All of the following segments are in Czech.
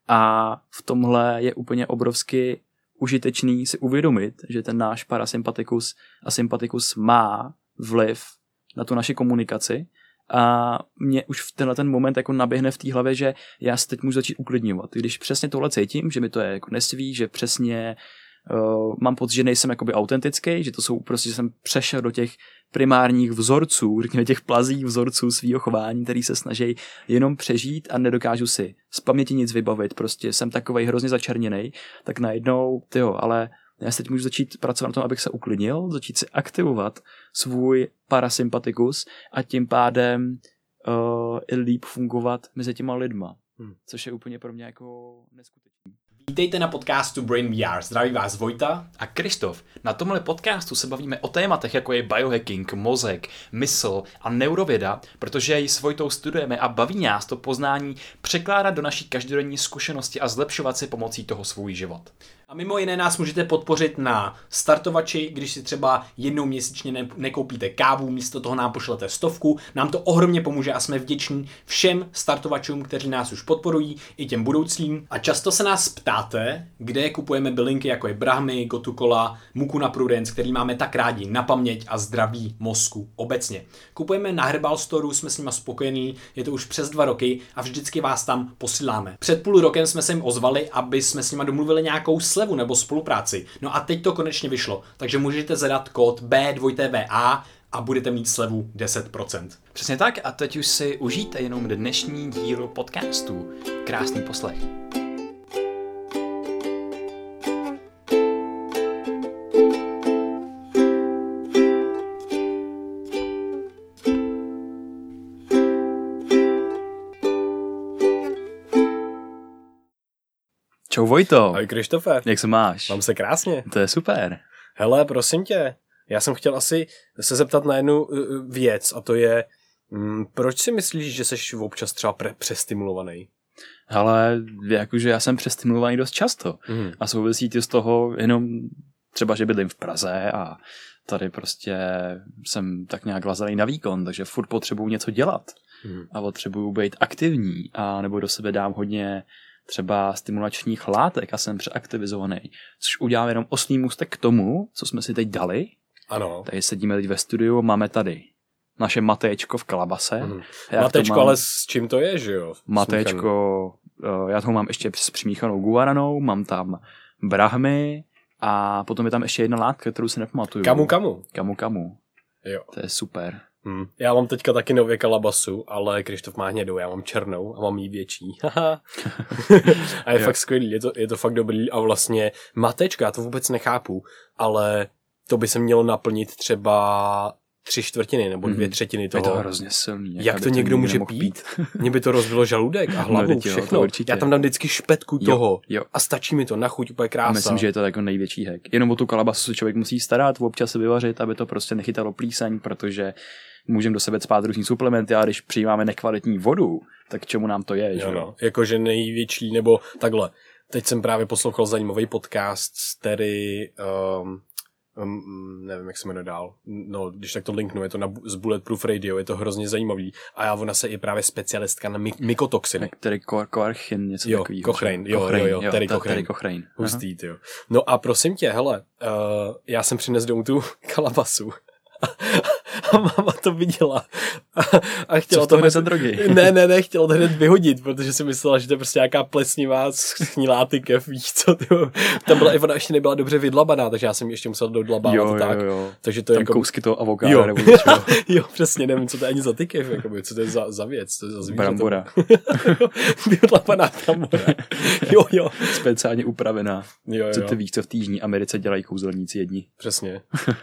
A v tomhle je úplně obrovsky užitečný si uvědomit, že ten náš parasympatikus a sympatikus má vliv na tu naši komunikaci. A mě už v tenhle ten moment jako naběhne v té hlavě, že já se teď můžu začít uklidňovat. Když přesně tohle cítím, že mi to je jako nesví, že přesně mám pocit, že nejsem jakoby autentický, že to jsou prostě, že jsem přešel do těch primárních vzorců, řekněme těch plazích vzorců svýho chování, který se snaží jenom přežít a nedokážu si z paměti nic vybavit, prostě jsem takovej hrozně začerněnej, tak najednou, ale já se teď můžu začít pracovat na tom, abych se uklidnil, začít si aktivovat svůj parasympatikus a tím pádem i líp fungovat mezi těma lidma, což je úplně pro mě jako neskutečný. Vítejte na podcastu Brain VR. Zdraví vás Vojta a Krištof. Na tomhle podcastu se bavíme o tématech, jako je biohacking, mozek, mysl a neurověda, protože ji s Vojtou studujeme a baví nás to poznání překládat do naší každodenní zkušenosti a zlepšovat si pomocí toho svůj život. A mimo jiné nás můžete podpořit na startovači, když si třeba jednou měsíčně nekoupíte kávu, místo toho nám pošlete 100, nám to ohromně pomůže a jsme vděční všem startovačům, kteří nás už podporují, i těm budoucím. A často se nás ptáte, kde kupujeme bylinky jako je Brahmy, Gotukola, Mucuna prudens, který máme tak rádi na paměť a zdraví mozku obecně. Kupujeme na Herbal Storeu, jsme s nima spokojení, je to už přes 2 roky a vždycky vás tam posíláme. Před půl rokem jsme se jim ozvali, aby jsme s nima domluvili nějakou slevu nebo spolupráci. No a teď to konečně vyšlo, takže můžete zadat kód B2TVA a budete mít slevu 10%. Přesně tak a teď už si užijte jenom dnešní díl podcastu. Krásný poslech. Čau Vojto. Ahoj Krištofe. Jak se máš? Mám se krásně. To je super. Hele, prosím tě, já jsem chtěl asi se zeptat na jednu věc a to je, proč si myslíš, že jsi občas třeba přestimulovaný? Hele, jakože já jsem přestimulovaný dost často a souvisí to z toho jenom třeba, že bydlím v Praze a tady prostě jsem tak nějak lazaný na výkon, takže furt potřebuju něco dělat a potřebuju být aktivní a nebo do sebe dám hodně třeba stimulačních látek a jsem přeaktivizovaný, což udělám jenom osný můstek k tomu, co jsme si teď dali. Ano. Tady sedíme teď ve studiu, máme tady naše matéčko v kalabase. Matéčko, ale s čím to je, že jo? Matéčko, já toho mám ještě s přimíchanou guaranou, mám tam brahmy a potom je tam ještě jedna látka, kterou si nepamatuju. Kamu. Jo. To je super. Já mám teďka taky nově kalabasu, ale Krištof má hnědou, já mám černou a mám jí větší. A je fakt skvělý, je to fakt dobrý a vlastně matečka, já to vůbec nechápu, ale to by se mělo naplnit třeba 3/4 nebo 2/3 toho. Je to hrozně silný. Jak to někdo může pít? Mně by to rozbilo žaludek a hlavu, všechno. Já tam dám vždycky špetku toho a stačí mi to na chuť, úplně krása. A myslím, že je to jako největší hack. Jenom o tu kalabasu se člověk musí starat, občas se vyvařit, aby to prostě nechytalo plíseň, protože můžeme do sebe spát různý suplementy a když přijímáme nekvalitní vodu, tak čemu nám to je, že jo? Jakože největší, nebo takhle. Teď jsem právě poslouchal zajímavý podcast z Terry, nevím, jak se jmenuje dál. No, když tak to linknu, je to z Bulletproof Radio, je to hrozně zajímavý. A ona se je právě specialistka na mykotoxiny. Terry Cochrane, něco takového. Cochrane, Terry Cochrane. Hustý, jo. No a prosím tě, hele, já jsem přinesl domů tu kalabasu. A máma to viděla a chtěla to hned drogy. Ne, chtěla to hned vyhodit, protože si myslela, že to je prostě nějaká plesnivá schnilá tykev, víš co, tam byla, ona ještě nebyla dobře vydlabaná, takže já jsem ještě musel dodlabávat tak. Takže to je jako kousky toho avokáda. Jo, přesně, nevím, co to je ani za tykev, jakoby, co to je za věc, to je za zvíře. Brambora. Vydlabaná brambora. Jo. Speciálně upravená. Jo. Co ty víš, co v té Jižní Americe dělají kouzelníci jedni. Přesně.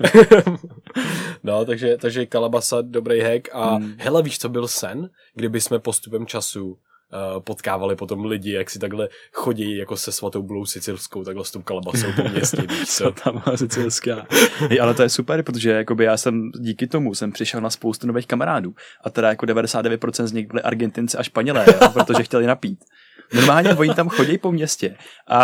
No, takže kalabasa, dobrý hack a hele, víš, co byl sen? Kdyby jsme postupem času potkávali potom lidi, jak si takhle chodí jako se svatou Bulou sicilskou, takhle s tou kalabasou po městě, víš co? Tam má sicilská. Ale to je super, protože jakoby já jsem díky tomu jsem přišel na spoustu nových kamarádů a teda jako 99% z nich byli Argentinci a Španělé, protože chtěli napít. Normálně oni tam chodí po městě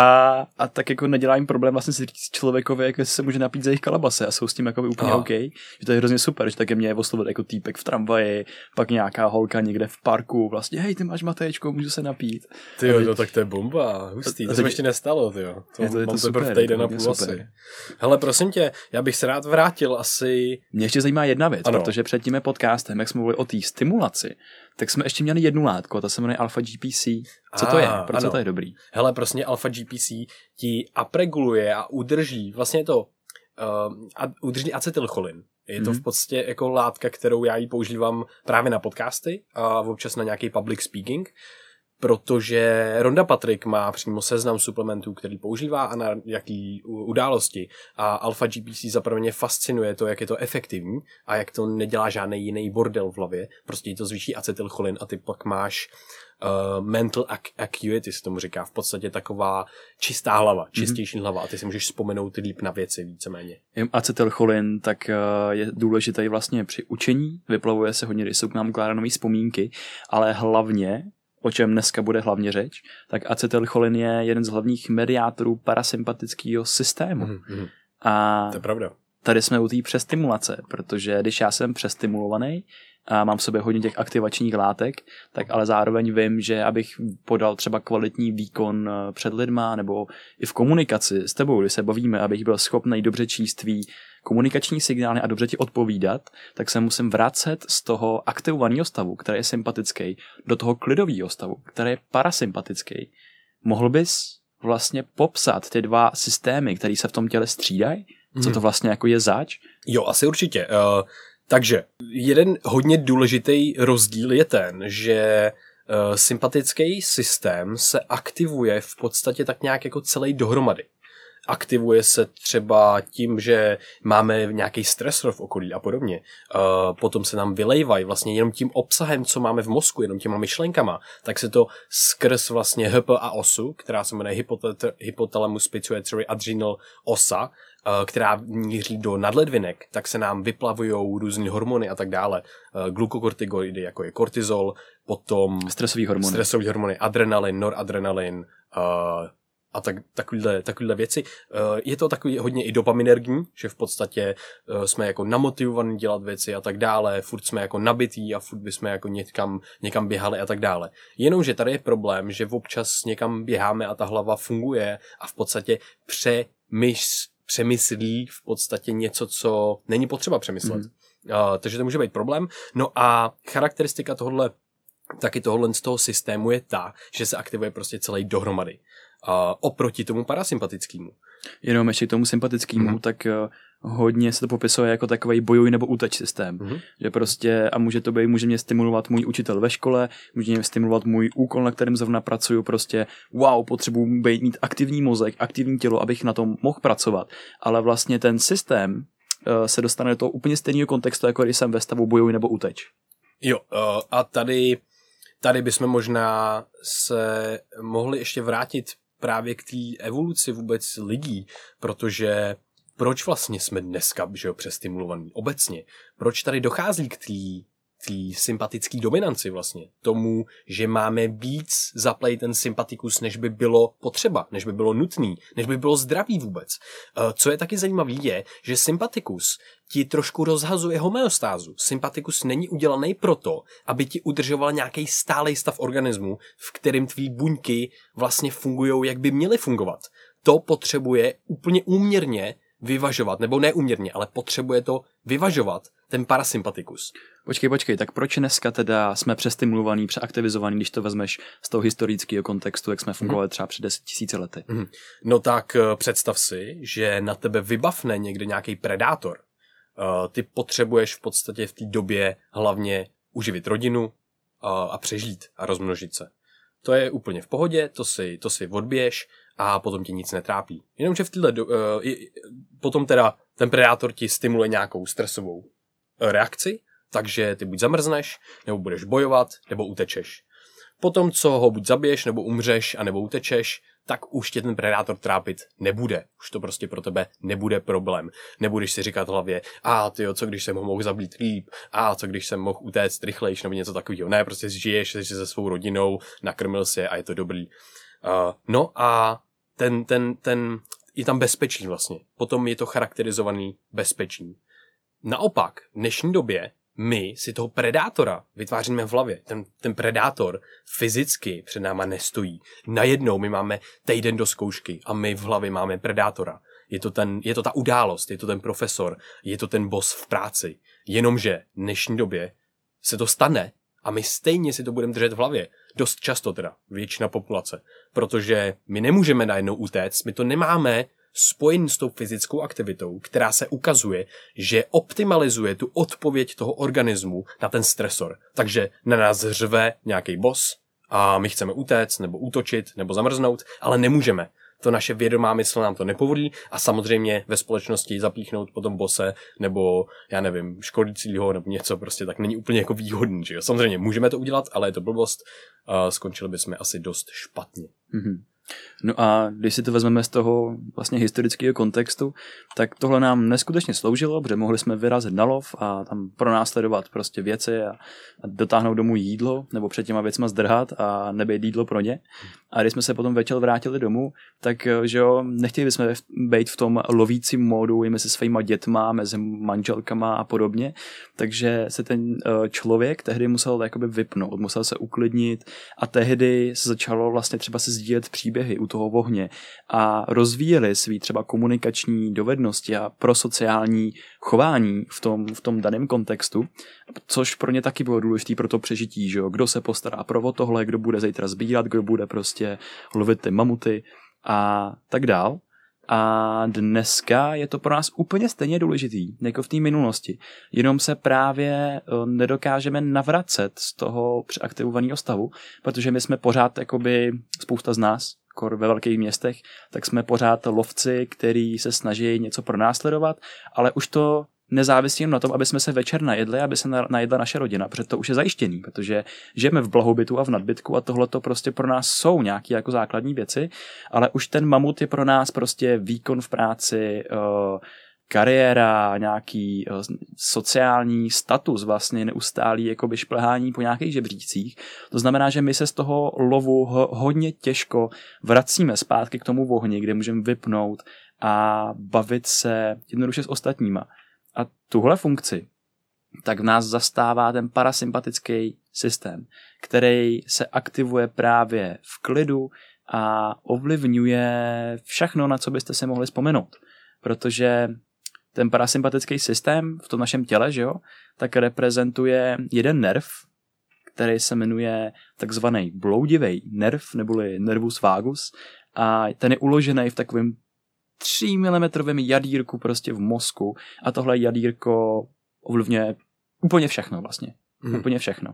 a tak jako nedělá jim problém vlastně si říct člověkovi, jak se může napít za jejich kalabase a jsou s tím jako úplně OK, že to je hrozně super, že také mě oslovil jako týpek v tramvaji, pak nějaká holka někde v parku, vlastně hej, ty máš Matejčko, můžu se napít. Tyjo, no tak to je bomba, hustý, to se mi ještě nestalo, tyjo. Je to super, týden a půl asi. Hele, prosím tě, já bych se rád vrátil asi... Mě ještě zajímá jedna věc, protože před tím podcastem, jak jsme mluvili o té stimulaci, tak jsme ještě měli jednu látku, a ta se jmenuje Alpha GPC. Co to je? Proč to je dobrý? Hele, prostě Alpha GPC ti upreguluje a udrží, vlastně to udrží acetylcholin. Je to v podstatě jako látka, kterou já ji používám právě na podcasty a občas na nějaký public speaking, protože Ronda Patrik má přímo seznam suplementů, který používá a na jaký události. A Alpha GPC zaprvé mě fascinuje to, jak je to efektivní a jak to nedělá žádný jiný bordel v hlavě. Prostě to zvýší acetylcholin a ty pak máš mental acuity, se tomu říká. V podstatě taková čistá hlava, čistější hlava a ty si můžeš vzpomenout líp na věci víceméně. Acetylcholin tak je důležitý vlastně při učení, vyplavuje se hodně, když jsou k nám ukládané nové vzpomínky, ale hlavně o čem dneska bude hlavně řeč, tak acetylcholin je jeden z hlavních mediátorů parasympatického systému. A to je pravda. Tady jsme u té přestimulace, protože když já jsem přestimulovaný a mám v sobě hodně těch aktivačních látek, tak ale zároveň vím, že abych podal třeba kvalitní výkon před lidma nebo i v komunikaci s tebou, když se bavíme, abych byl schopný dobře číst tvý komunikační signály a dobře ti odpovídat, tak se musím vracet z toho aktivovaného stavu, který je sympatický, do toho klidového stavu, který je parasympatický. Mohl bys vlastně popsat ty dva systémy, které se v tom těle střídají? Co to vlastně jako je zač? Jo, asi určitě. Takže jeden hodně důležitý rozdíl je ten, že sympatický systém se aktivuje v podstatě tak nějak jako celý dohromady. Aktivuje se třeba tím, že máme nějaký stresor v okolí a podobně. Potom se nám vylejvají vlastně jenom tím obsahem, co máme v mozku, jenom těma myšlenkama, tak se to skrz vlastně HPA osu, která se jmenuje Hypothalamus Pituitary Adrenal osa, která míří do nadledvinek, tak se nám vyplavujou různé hormony a tak dále. Glukokortikoidy, jako je kortizol, potom stresový hormony, adrenalin, noradrenalin, a takovýhle věci. Je to takový hodně i dopaminergní, že v podstatě jsme jako namotivovaní dělat věci a tak dále, furt jsme jako nabití a furt bychom jako někam běhali a tak dále. Jenomže tady je problém, že občas někam běháme a ta hlava funguje a v podstatě přemyslí v podstatě něco, co není potřeba přemyslet. Takže to může být problém. No a charakteristika tohohle z toho systému je ta, že se aktivuje prostě celý dohromady. Oproti tomu parasympatickému. Jenom ještě k tomu sympatickému, tak hodně se to popisuje jako takový bojuj nebo úteč systém. Že prostě, a může mě stimulovat můj učitel ve škole, může mě stimulovat můj úkol, na kterém zrovna pracuju, prostě potřebuji mít aktivní mozek, aktivní tělo, abych na tom mohl pracovat. Ale vlastně ten systém se dostane do toho úplně stejného kontextu, jako když jsem ve stavu bojuj nebo úteč. Jo, a tady bychom možná se mohli ještě vrátit právě k té evoluci vůbec lidí, protože proč vlastně jsme dneska přestimulovaní obecně? Proč tady dochází k té sympatické dominanci vlastně? Tomu, že máme víc zaplejt ten sympatikus, než by bylo potřeba, než by bylo nutný, než by bylo zdravý vůbec. Co je taky zajímavý je, že sympatikus ti trošku rozhazuje homeostázu. Sympatikus není udělaný proto, aby ti udržoval nějaký stálej stav organismu, v kterém tvý buňky vlastně fungují, jak by měly fungovat. To potřebuje úplně úměrně vyvažovat, nebo neúměrně, ale potřebuje to vyvažovat ten parasympatikus. Počkej, tak proč dneska teda jsme přestimulovaní, přeaktivizovaní, když to vezmeš z toho historického kontextu, jak jsme fungovali třeba před 10 000 lety? No tak představ si, že na tebe vybavne někde nějaký predátor. Ty potřebuješ v podstatě v té době hlavně uživit rodinu a přežít a rozmnožit se. To je úplně v pohodě, to si odbiješ a potom tě nic netrápí. Jenomže potom teda ten predátor ti stimuluje nějakou stresovou reakci, takže ty buď zamrzneš, nebo budeš bojovat, nebo utečeš. Potom, co ho buď zabiješ, nebo umřeš, anebo utečeš, tak už tě ten predátor trápit nebude. Už to prostě pro tebe nebude problém. Nebudeš si říkat v hlavě, tyjo, co když jsem ho mohl zabít líp, co když jsem mohl utéct rychlejš, nebo něco takového. Ne, prostě žiješ se svou rodinou, nakrmil si a je to dobrý. No a ten je tam bezpečí vlastně. Potom je to charakterizovaný bezpečí. Naopak, v dnešní době my si toho predátora vytváříme v hlavě. Ten predátor fyzicky před náma nestojí. Najednou my máme týden do zkoušky a my v hlavě máme predátora. Je to ta událost, je to ten profesor, je to ten boss v práci. Jenomže v dnešní době se to stane a my stejně si to budeme držet v hlavě. Dost často teda, většina populace. Protože my nemůžeme najednou utéct, my to nemáme spojen s tou fyzickou aktivitou, která se ukazuje, že optimalizuje tu odpověď toho organismu na ten stresor. Takže na nás řve nějaký boss a my chceme utéct, nebo útočit, nebo zamrznout, ale nemůžeme. To naše vědomá mysl nám to nepovolí a samozřejmě ve společnosti zapíchnout potom bose nebo, já nevím, školícího nebo něco prostě tak není úplně jako výhodný, že jo. Samozřejmě můžeme to udělat, ale je to blbost. Skončili bychom asi dost špatně. Mm-hmm. No a když si to vezmeme z toho vlastně historického kontextu, tak tohle nám neskutečně sloužilo, protože mohli jsme vyrazit na lov a tam pronásledovat prostě věci a dotáhnout domů jídlo, nebo před těma věcma zdrhat a nebejt jídlo pro ně. A když jsme se potom večer vrátili domů, tak že jo, nechtěli bychom být v tom lovícím módu i mezi svýma dětma, mezi manželkama a podobně, takže se ten člověk tehdy musel jakoby vypnout, musel se uklidnit a tehdy se začalo vlastně třeba se sdílet příběhy u toho ohně a rozvíjeli svý třeba komunikační dovednosti a prosociální chování v tom daném kontextu, což pro ně taky bylo důležité pro to přežití, že jo? Kdo se postará pro tohle, kdo bude zítra sbírat, kdo bude prostě lovit ty mamuty a tak dál. A dneska je to pro nás úplně stejně důležitý, jako v té minulosti. Jenom se právě nedokážeme navracet z toho přeaktivovaného stavu, protože my jsme pořád, jakoby spousta z nás, ve velkých městech, tak jsme pořád lovci, který se snaží něco pronásledovat, ale už to nezávisí jen na tom, aby jsme se večer najedli, aby se najedla naše rodina, protože to už je zajištěný, protože žijeme v blahobytu a v nadbytku a tohle to prostě pro nás jsou nějaké jako základní věci, ale už ten mamut je pro nás prostě výkon v práci, kariéra, nějaký sociální status, vlastně neustálý jakoby šplhání po nějakých žebřících. To znamená, že my se z toho lovu hodně těžko vracíme zpátky k tomu ohni, kde můžeme vypnout a bavit se jednoduše s ostatníma. A tuhle funkci tak v nás zastává ten parasympatický systém, který se aktivuje právě v klidu a ovlivňuje všechno, na co byste si mohli vzpomenout. Protože ten parasympatický systém v tom našem těle, že jo, tak reprezentuje jeden nerv, který se jmenuje takzvaný bloudivý nerv, neboli nervus vagus, a ten je uložený v takovém 3 mm jadírku prostě v mozku a tohle jadírko ovlivňuje úplně všechno vlastně. Úplně všechno.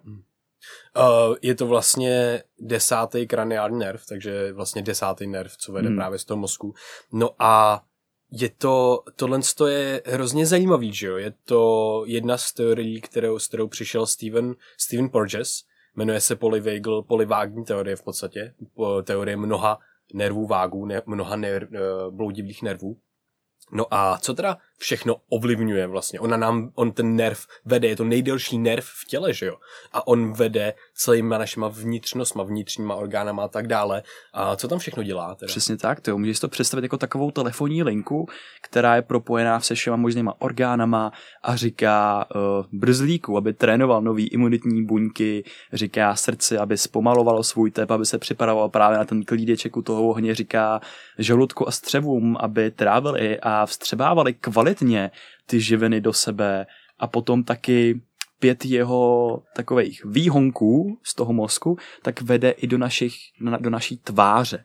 Je to vlastně 10. kraniální nerv, takže vlastně 10. nerv, co vede právě z toho mozku. No a tohle je hrozně zajímavý, že jo? Je to jedna z teorií, s kterou přišel Stephen Porges, jmenuje se polyvágní teorie v podstatě, teorie mnoha nervů vágů, mnoha bloudivých nervů. No a co teda všechno ovlivňuje vlastně? On ten nerv vede, je to nejdelší nerv v těle, že jo? A on vede celýma našima vnitřníma orgánama a tak dále. A co tam všechno dělá teda? Přesně tak, to můžeš to představit jako takovou telefonní linku, která je propojená se všema možnýma orgánama a říká brzlíku, aby trénoval nový imunitní buňky, říká srdci, aby zpomalovalo svůj tep, aby se připravoval právě na ten klídeček u toho ohně, říká žaludku a střevům, aby trávili a vstřebávali kvalitně ty živiny do sebe a potom taky 5 jeho takových výhonků z toho mozku tak vede i do naší tváře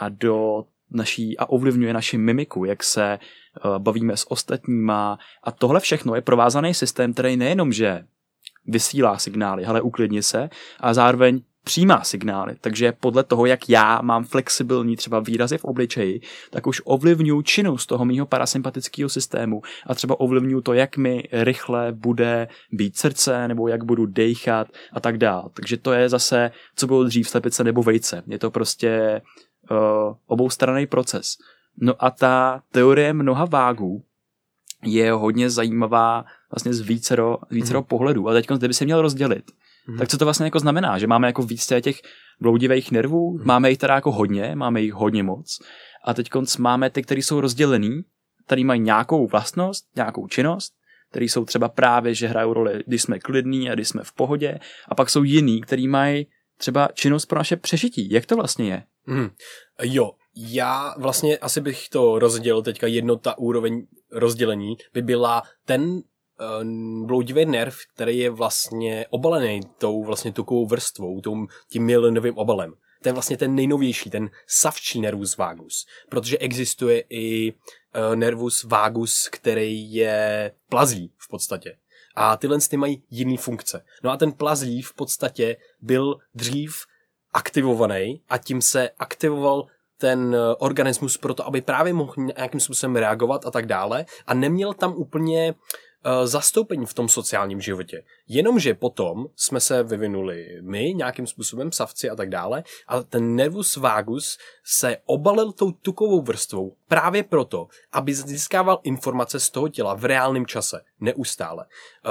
a ovlivňuje naši mimiku, jak se bavíme s ostatníma a tohle všechno je provázaný systém, který nejenom, že vysílá signály, hele, uklidni se, a zároveň přijímá signály, takže podle toho, jak já mám flexibilní třeba výrazy v obličeji, tak už ovlivňuji činnost toho mýho parasympatického systému a třeba ovlivňuji to, jak mi rychle bude být srdce, nebo jak budu dejchat a tak dál. Takže to je zase, co bylo dřív, slepice nebo vejce. Je to prostě oboustranný proces. No a ta teorie mnoha vágů je hodně zajímavá vlastně z vícero pohledů. A teď, kdyby se měl rozdělit, tak co to vlastně jako znamená? Že máme jako víc těch bloudivých nervů, máme jich teda jako hodně, máme jich hodně moc. A teď máme ty, které jsou rozdělený, tady mají nějakou vlastnost, nějakou činnost, které jsou třeba právě, že hrajou roli, když jsme klidní a když jsme v pohodě. A pak jsou jiný, který mají třeba činnost pro naše přežití. Jak to vlastně je? Jo, já vlastně asi bych to rozdělil teďka jednota úroveň rozdělení by byla ten bloudivý nerv, který je vlastně obalený tou vlastně tukovou vrstvou, tím myelinovým obalem. To je vlastně ten nejnovější, ten savčí nervus vagus, protože existuje i nervus vagus, který je plazí v podstatě. A tyhle mají jiný funkce. No a ten plazí v podstatě byl dřív aktivovaný a tím se aktivoval ten organismus proto, aby právě mohl nějakým způsobem reagovat a tak dále a neměl tam úplně zastoupení v tom sociálním životě. Jenomže potom jsme se vyvinuli my nějakým způsobem, savci a tak dále, a ten nervus vagus se obalil tou tukovou vrstvou právě proto, aby získával informace z toho těla v reálném čase, neustále.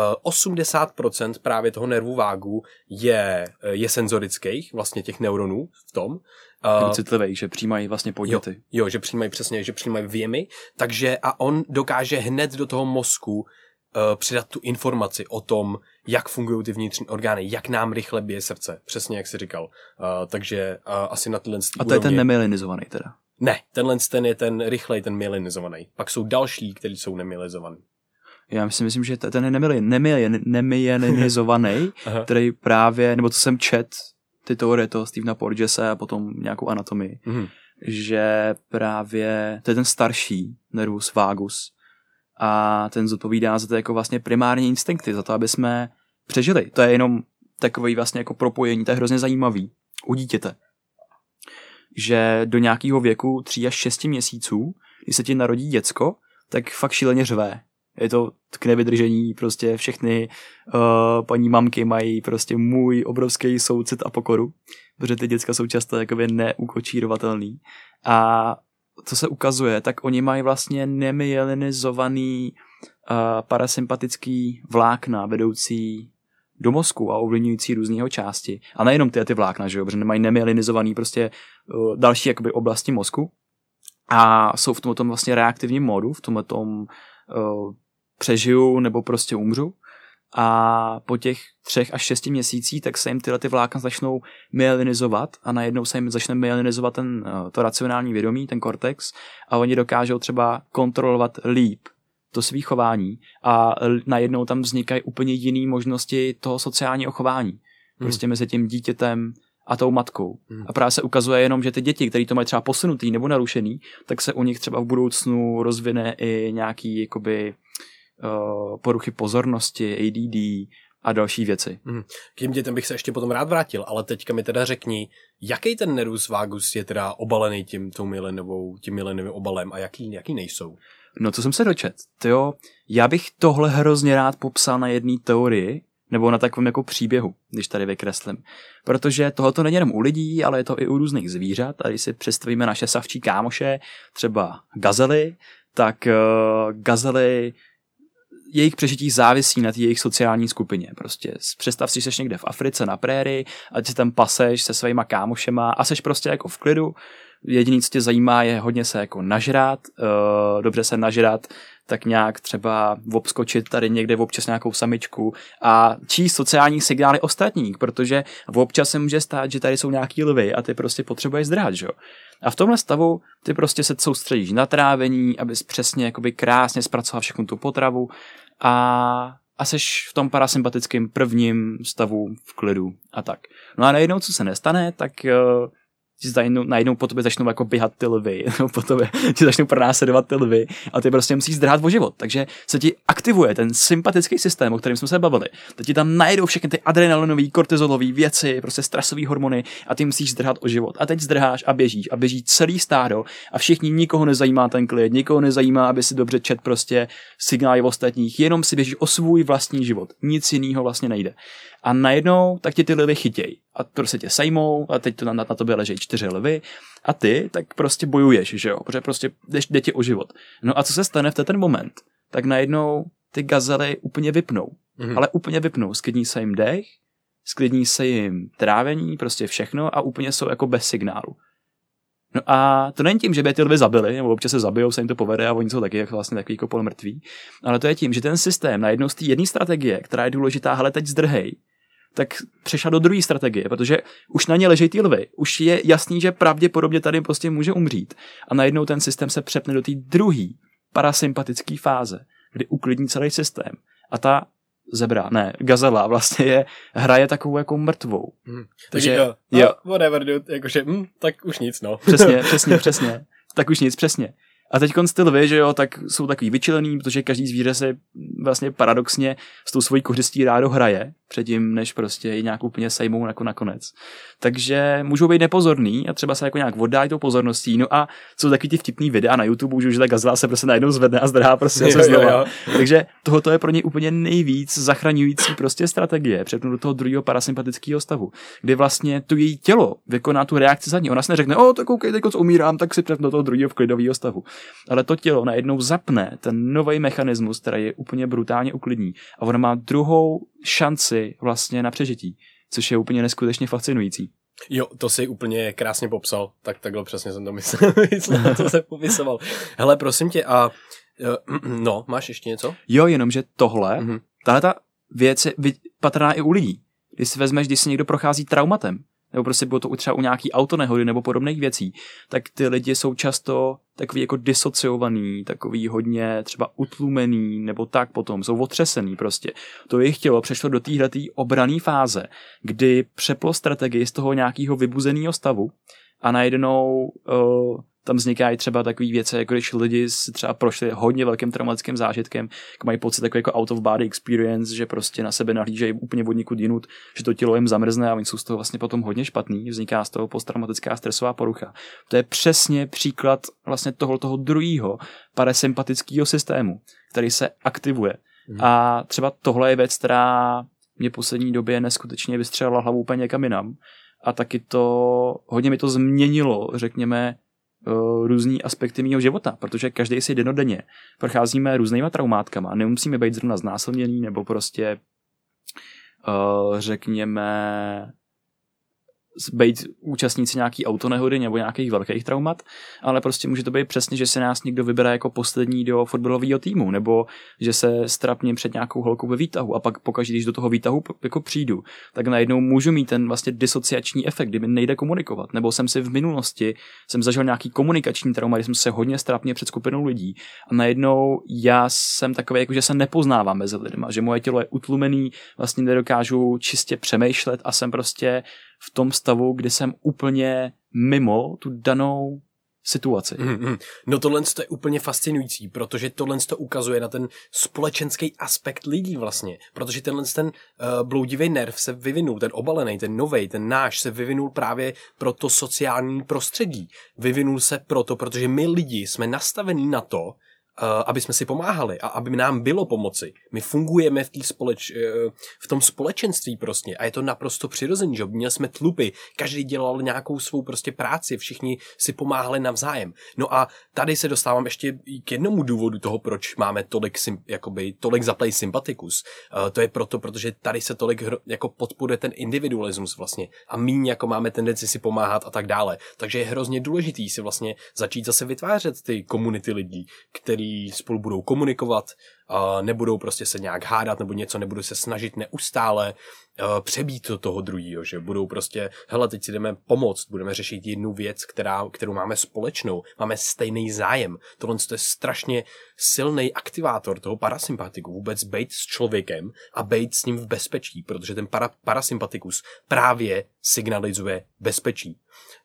80% právě toho nervu vagu je senzorických, vlastně těch neuronů v tom. Citlivý, že přijímají vlastně podněty. Jo, že přijímají přesně, že přijímají vjemy, takže a on dokáže hned do toho mozku přidat tu informaci o tom, jak fungují ty vnitřní orgány, jak nám rychle bije srdce, přesně jak jsi říkal. Takže asi na tenhle A to je ten nemyelinizovaný teda? Ne, ten je ten rychlej, ten myelinizovaný. Pak jsou další, kteří jsou nemyelinizovaný. Já si myslím, že ten je nemyelinizovaný, který právě, nebo co jsem čet, ty teorie toho Stephena Porgese a potom nějakou anatomii, že právě to je ten starší nervus vagus a ten zodpovídá za to jako vlastně primární instinkty, za to, aby jsme přežili. To je jenom takový vlastně jako propojení, to je hrozně zajímavý u dítěte. Že do nějakého věku 3 až 6 měsíců, když se ti narodí děcko, tak fakt šíleně řve. Je to k nevydržení, prostě všechny paní mamky mají prostě můj obrovský soucit a pokoru, protože ty děcka jsou často jakoby neukočírovatelný. A co se ukazuje, tak oni mají vlastně nemyelinizovaný parasympatický vlákna vedoucí do mozku a ovlivňující různýho části. A nejenom ty vlákna, že jo, protože nemají nemyelinizovaný prostě další jakoby oblasti mozku a jsou v tom vlastně reaktivním módu, v tomhletom přežiju nebo prostě umřu a po těch 3 až 6 měsících tak se jim tyhle ty vlákna začnou myelinizovat a najednou se jim začne myelinizovat to racionální vědomí, ten kortex a oni dokážou třeba kontrolovat líp to svý chování a najednou tam vznikají úplně jiné možnosti toho sociálního chování. Prostě mezi tím dítětem a tou matkou. A právě se ukazuje jenom, že ty děti, které to mají třeba posunutý nebo narušený, tak se u nich třeba v budoucnu rozvine i nějaký jakoby poruchy pozornosti, ADD a další věci. K těm dětem bych se ještě potom rád vrátil, ale teďka mi teda řekni, jaký ten nervus vagus je teda obalený tím myelinovým obalem a jaký nejsou? No, co jsem se dočet, tyjo, já bych tohle hrozně rád popsal na jedné teorii, nebo na takovém jako příběhu, když tady vykreslím. Protože tohoto není jenom u lidí, ale je to i u různých zvířat. A když si představíme naše savčí kámoše, třeba gazely, tak gazely, jejich přežití závisí na té jejich sociální skupině. Prostě představ si, že jsi někde v Africe na prérii a ty tam paseš se svýma kámošema a seš prostě jako v klidu. Jediný, co tě zajímá, je hodně se jako nažrát, dobře se nažrát, tak nějak třeba obskočit tady někde občas nějakou samičku a číst sociální signály ostatních, protože občas se může stát, že tady jsou nějaký lvy a ty prostě potřebuješ zdrhat, že jo. A v tomhle stavu ty prostě se soustředíš na trávení, abys přesně jakoby krásně zpracoval všechnu tu potravu a seš v tom parasympatickém prvním stavu v klidu a tak. No a najednou, co se nestane, tak najednou po tobě začnou jako běhat ty lvy, po tobě ti začnou pronásledovat ty lvy a ty prostě musíš zdrhat o život. Takže se ti aktivuje ten sympatický systém, o kterém jsme se bavili. Teď ti tam najdou všechny ty adrenalinové, kortizolové věci, prostě stresové hormony a ty musíš zdrhat o život. A teď zdrháš a běží celý stádo a nikoho nezajímá ten klid, nikoho nezajímá, aby si dobře čet prostě signály ostatních, jenom si běžíš o svůj vlastní život. Nic jiného vlastně nejde. A najednou tak ti ty lvy chytěj a prostě tě sejmou a teď to na tobě ležejí 4 lvy a ty tak prostě bojuješ, že jo, protože prostě jde ti o život. No a co se stane v ten moment? Tak najednou ty gazely úplně vypnou, ale úplně vypnou, sklidní se jim dech, sklidní se jim trávení, prostě všechno a úplně jsou jako bez signálu. No a to není tím, že by ty lvy zabili, nebo občas se zabijou, se jim to povede a oni jsou taky vlastně takový jako polomrtví, ale to je tím, že ten systém najednou z té jedné strategie, která je důležitá, hele teď zdrhej, tak přešla do druhé strategie, protože už na ně ležejí ty lvy. Už je jasný, že pravděpodobně tady prostě může umřít. A najednou ten systém se přepne do té druhé parasympatické fáze, kdy uklidní celý systém. A ta gazela vlastně hraje takovou jako mrtvou. Takže jo. Whatever, dude, jakože, tak už nic, no. Přesně. Tak už nic, přesně. A teď ty lvy, že jo, tak jsou takový vyčilený, protože každý zvíře se vlastně paradoxně s tou svojí kořistí rádo hraje, předtím, než prostě ji nějak úplně sejmou jako nakonec. Takže můžou být nepozorný a třeba se jako nějak oddají tou pozorností. No a jsou takový ty vtipný videa na YouTube, že ta gazela se prostě najednou zvedne a zdrhá prostě se znova. Takže tohoto je pro ně úplně nejvíc zachraňující prostě strategie, přepnout do toho druhého parasympatického stavu, kdy vlastně to její tělo vykoná tu reakci za ní. Ona se neřekne, tak koukej, teď umírám, tak si přepnu do toho druhého klidového stavu. Ale to tělo najednou zapne ten nový mechanismus, který je úplně brutálně uklidní a ona má druhou šanci vlastně na přežití, což je úplně neskutečně fascinující. Jo, to si úplně krásně popsal, takhle přesně jsem to myslel, co se popisoval. Hele, prosím tě, a máš ještě něco? Jo, jenomže tahle ta věc je patrná i u lidí. Když si vezmeš, když si někdo prochází traumatem, nebo prostě bylo to třeba u nějaký autonehody nebo podobných věcí, tak ty lidi jsou často takový jako disociovaný, takový hodně třeba utlumený, nebo tak potom, jsou otřesený prostě. To jejich tělo přešlo do téhletý obranné fáze, kdy přeplo strategii z toho nějakého vybuzeného stavu a najednou tam vznikají třeba takové věci, jako když lidi si třeba prošli hodně velkým traumatickým zážitkem, mají pocit takový jako out of body experience, že prostě na sebe nahlížejí úplně od nikud jinut, že to tělo jim zamrzne a oni jsou z toho vlastně potom hodně špatný, vzniká z toho posttraumatická stresová porucha. To je přesně příklad vlastně toho druhého parasympatického systému, který se aktivuje. A třeba tohle je věc, která mě v poslední době neskutečně vystřelila hlavu úplně někam jinam a taky hodně mi to změnilo, řekněme, různý aspekty mýho života, protože každý si dennodenně procházíme různýma traumátkama. Nemusíme být zrovna znásilněný nebo prostě řekněme být účastníci nějaký autonehody nebo nějakých velkých traumat, ale prostě může to být přesně, že se nás někdo vybere jako poslední do fotbalového týmu, nebo že se strapním před nějakou holkou ve výtahu a pak pokaždé, když do toho výtahu jako přijdu, tak najednou můžu mít ten vlastně disociační efekt, kdy mi nejde komunikovat, nebo jsem si v minulosti zažil nějaký komunikační trauma, kdy jsem se hodně strapně před skupinou lidí a najednou já jsem takový, jako že se nepoznávám mezi lidma, že moje tělo je utlumený, vlastně nedokážu čistě přemýšlet a jsem prostě v tom stavu, kdy jsem úplně mimo tu danou situaci. No tohle je úplně fascinující, protože tohle ukazuje na ten společenský aspekt lidí vlastně, protože ten bloudivý nerv se vyvinul, ten obalený, ten novej, ten náš se vyvinul právě pro to sociální prostředí. Vyvinul se protože my lidi jsme nastavení na to, aby jsme si pomáhali a aby nám bylo pomoci. My fungujeme v tom společenství prostě a je to naprosto přirozený, že měli jsme tlupy, každý dělal nějakou svou prostě práci, všichni si pomáhali navzájem. No a tady se dostávám ještě k jednomu důvodu toho, proč máme tolik zaplay sympaticus. To je protože tady se tolik jako podporuje ten individualismus vlastně a míň jako máme tendenci si pomáhat a tak dále. Takže je hrozně důležitý si vlastně začít zase vytvářet ty komunity lidí, který který spolu budou komunikovat, nebudou prostě se nějak hádat nebo něco, nebudou se snažit neustále přebít do toho druhého, že budou prostě, hele, teď si jdeme pomoct, budeme řešit jednu věc, kterou máme společnou, máme stejný zájem. Tohle je strašně silný aktivátor toho parasympatiku, vůbec bejt s člověkem a bejt s ním v bezpečí, protože ten parasympatikus právě signalizuje bezpečí.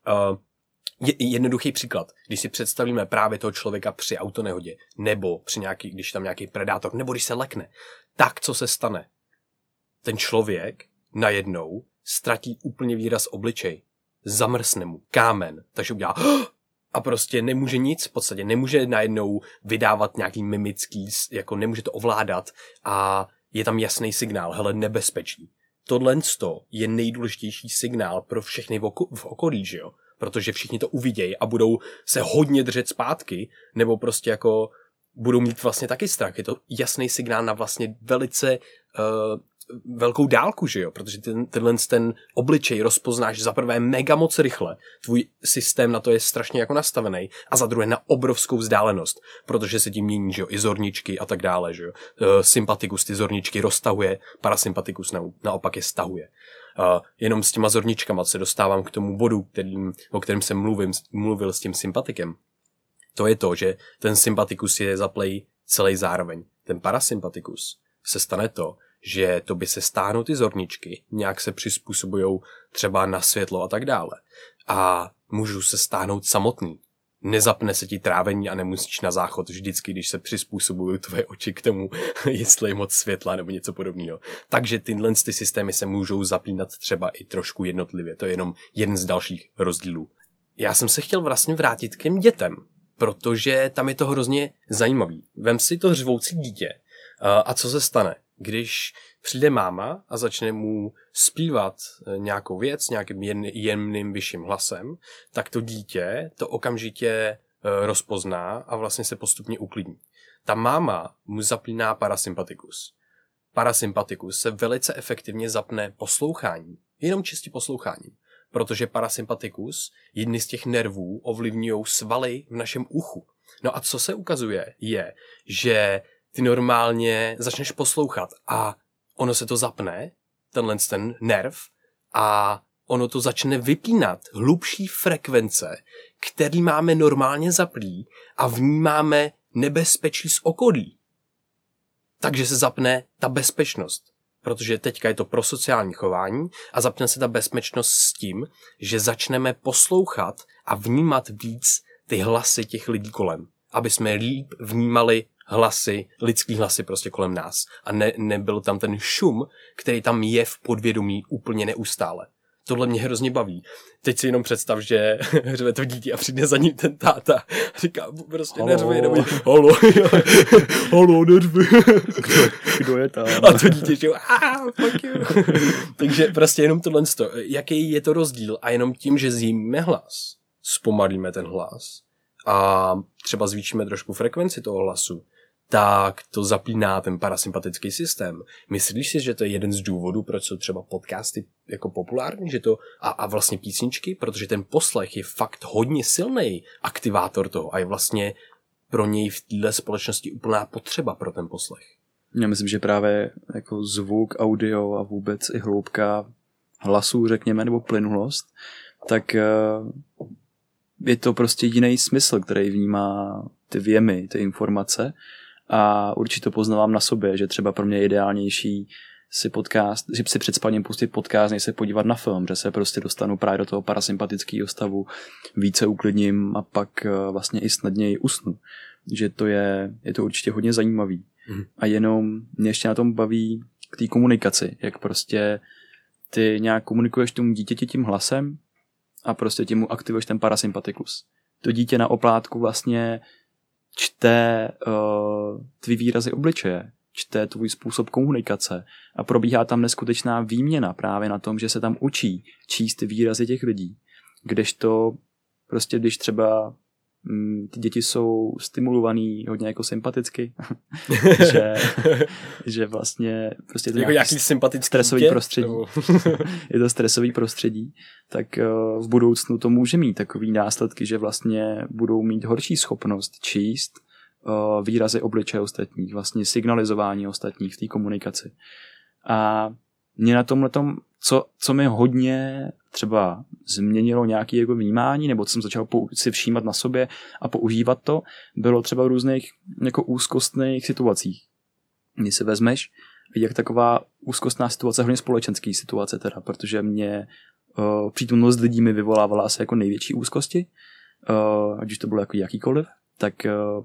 Jednoduchý příklad, když si představíme právě toho člověka při autonehodě, nebo když tam nějaký predátor, nebo když se lekne, tak co se stane? Ten člověk najednou ztratí úplně výraz obličej, zamrsne mu kámen, takže udělá a prostě nemůže nic, v podstatě nemůže najednou vydávat nějaký mimický, jako nemůže to ovládat a je tam jasný signál, hele, nebezpečí. Tohle je nejdůležitější signál pro všechny v okolí, že jo? Protože všichni to uvidějí a budou se hodně držet zpátky, nebo prostě jako budou mít vlastně taky strach. Je to jasný signál na vlastně velice velkou dálku, že jo? Protože ten obličej rozpoznáš za prvé mega moc rychle, tvůj systém na to je strašně jako nastavený, a za druhé na obrovskou vzdálenost, protože se tím mění, že jo, i zorničky a tak dále, že jo? Sympatikus ty zorničky roztahuje, parasympatikus naopak je stahuje. Jenom s těma zorničkama se dostávám k tomu bodu, o kterém jsem mluvil s tím sympatikem. To je to, že ten sympatikus je zaplej celý zároveň. Ten parasympatikus se stane to, že to by se stáhnou ty zorničky, nějak se přizpůsobujou třeba na světlo a tak dále. A můžu se stáhnout samotný. Nezapne se ti trávení a nemusíš na záchod vždycky, když se přizpůsobují tvoje oči k tomu, jestli je moc světla nebo něco podobného. Takže tyhle systémy se můžou zapínat třeba i trošku jednotlivě. To je jenom jeden z dalších rozdílů. Já jsem se chtěl vlastně vrátit k těm dětem, protože tam je to hrozně zajímavý. Vem si to řvoucí dítě a co se stane? Když přijde máma a začne mu zpívat nějakou věc nějakým jemným vyšším hlasem, tak to dítě to okamžitě rozpozná a vlastně se postupně uklidní. Ta máma mu zapíná parasympatikus. Parasympatikus se velice efektivně zapne poslouchání, jenom čistě poslouchání, protože parasympatikus, jedny z těch nervů, ovlivňují svaly v našem uchu. No a co se ukazuje je, že ty normálně začneš poslouchat a ono se to zapne, ten nerv, a ono to začne vypínat hlubší frekvence, který máme normálně zaplý a vnímáme nebezpečí z okolí. Takže se zapne ta bezpečnost, protože teďka je to pro sociální chování a zapne se ta bezpečnost s tím, že začneme poslouchat a vnímat víc ty hlasy těch lidí kolem, aby jsme líp vnímali lidský hlasy prostě kolem nás. A nebyl tam ten šum, který tam je v podvědomí úplně neustále. Tohle mě hrozně baví. Teď si jenom představ, že řve to dítě a přijde za ním ten táta a říká, prostě neřve, nebo halo, neřve. Kdo je tam? A to dítě říká, fuck you. Takže prostě jenom tohle, jaký je to rozdíl, a jenom tím, že zjistíme hlas, zpomalíme ten hlas a třeba zvýšíme trošku frekvenci toho hlasu, tak to zapíná ten parasympatický systém. Myslíš si, že to je jeden z důvodů, proč jsou třeba podcasty jako populární, že to a vlastně písničky, protože ten poslech je fakt hodně silný aktivátor toho a je vlastně pro něj v této společnosti úplná potřeba pro ten poslech. Já myslím, že právě jako zvuk, audio a vůbec i hloubka hlasů, řekněme, nebo plynulost, tak je to prostě jiný smysl, který vnímá ty věmy, ty informace, a určitě to poznávám na sobě, že třeba pro mě je ideálnější že si před spaním pustit podcast, než se podívat na film, že se prostě dostanu právě do toho parasympatického stavu, více uklidním a pak vlastně i snadněji usnu. Že to je to určitě hodně zajímavý. A jenom mě ještě na tom baví k té komunikaci, jak prostě ty nějak komunikuješ tomu dítěti tím hlasem a prostě tím mu aktivuješ ten parasympatikus. To dítě na oplátku vlastně čte tvý výrazy obličeje, čte tvůj způsob komunikace a probíhá tam neskutečná výměna právě na tom, že se tam učí číst ty výrazy těch lidí. Kdežto prostě, když třeba ty děti jsou stimulovaný hodně jako sympaticky, že vlastně prostě to jako nějaký sympatický stresový prostředí. Je to stresový prostředí, tak v budoucnu to může mít takový následky, že vlastně budou mít horší schopnost číst výrazy obličeje ostatních, vlastně signalizování ostatních v té komunikaci. A mě na tomhletom, co mi hodně třeba změnilo nějaké jako vnímání, nebo co jsem začal si všímat na sobě a používat to, bylo třeba v různých jako úzkostných situacích. Když si vezmeš, jak taková úzkostná situace, hodně společenský situace teda, protože mě přítomnost lidí mi vyvolávala asi jako největší úzkosti, ať už to bylo jako jakýkoliv, tak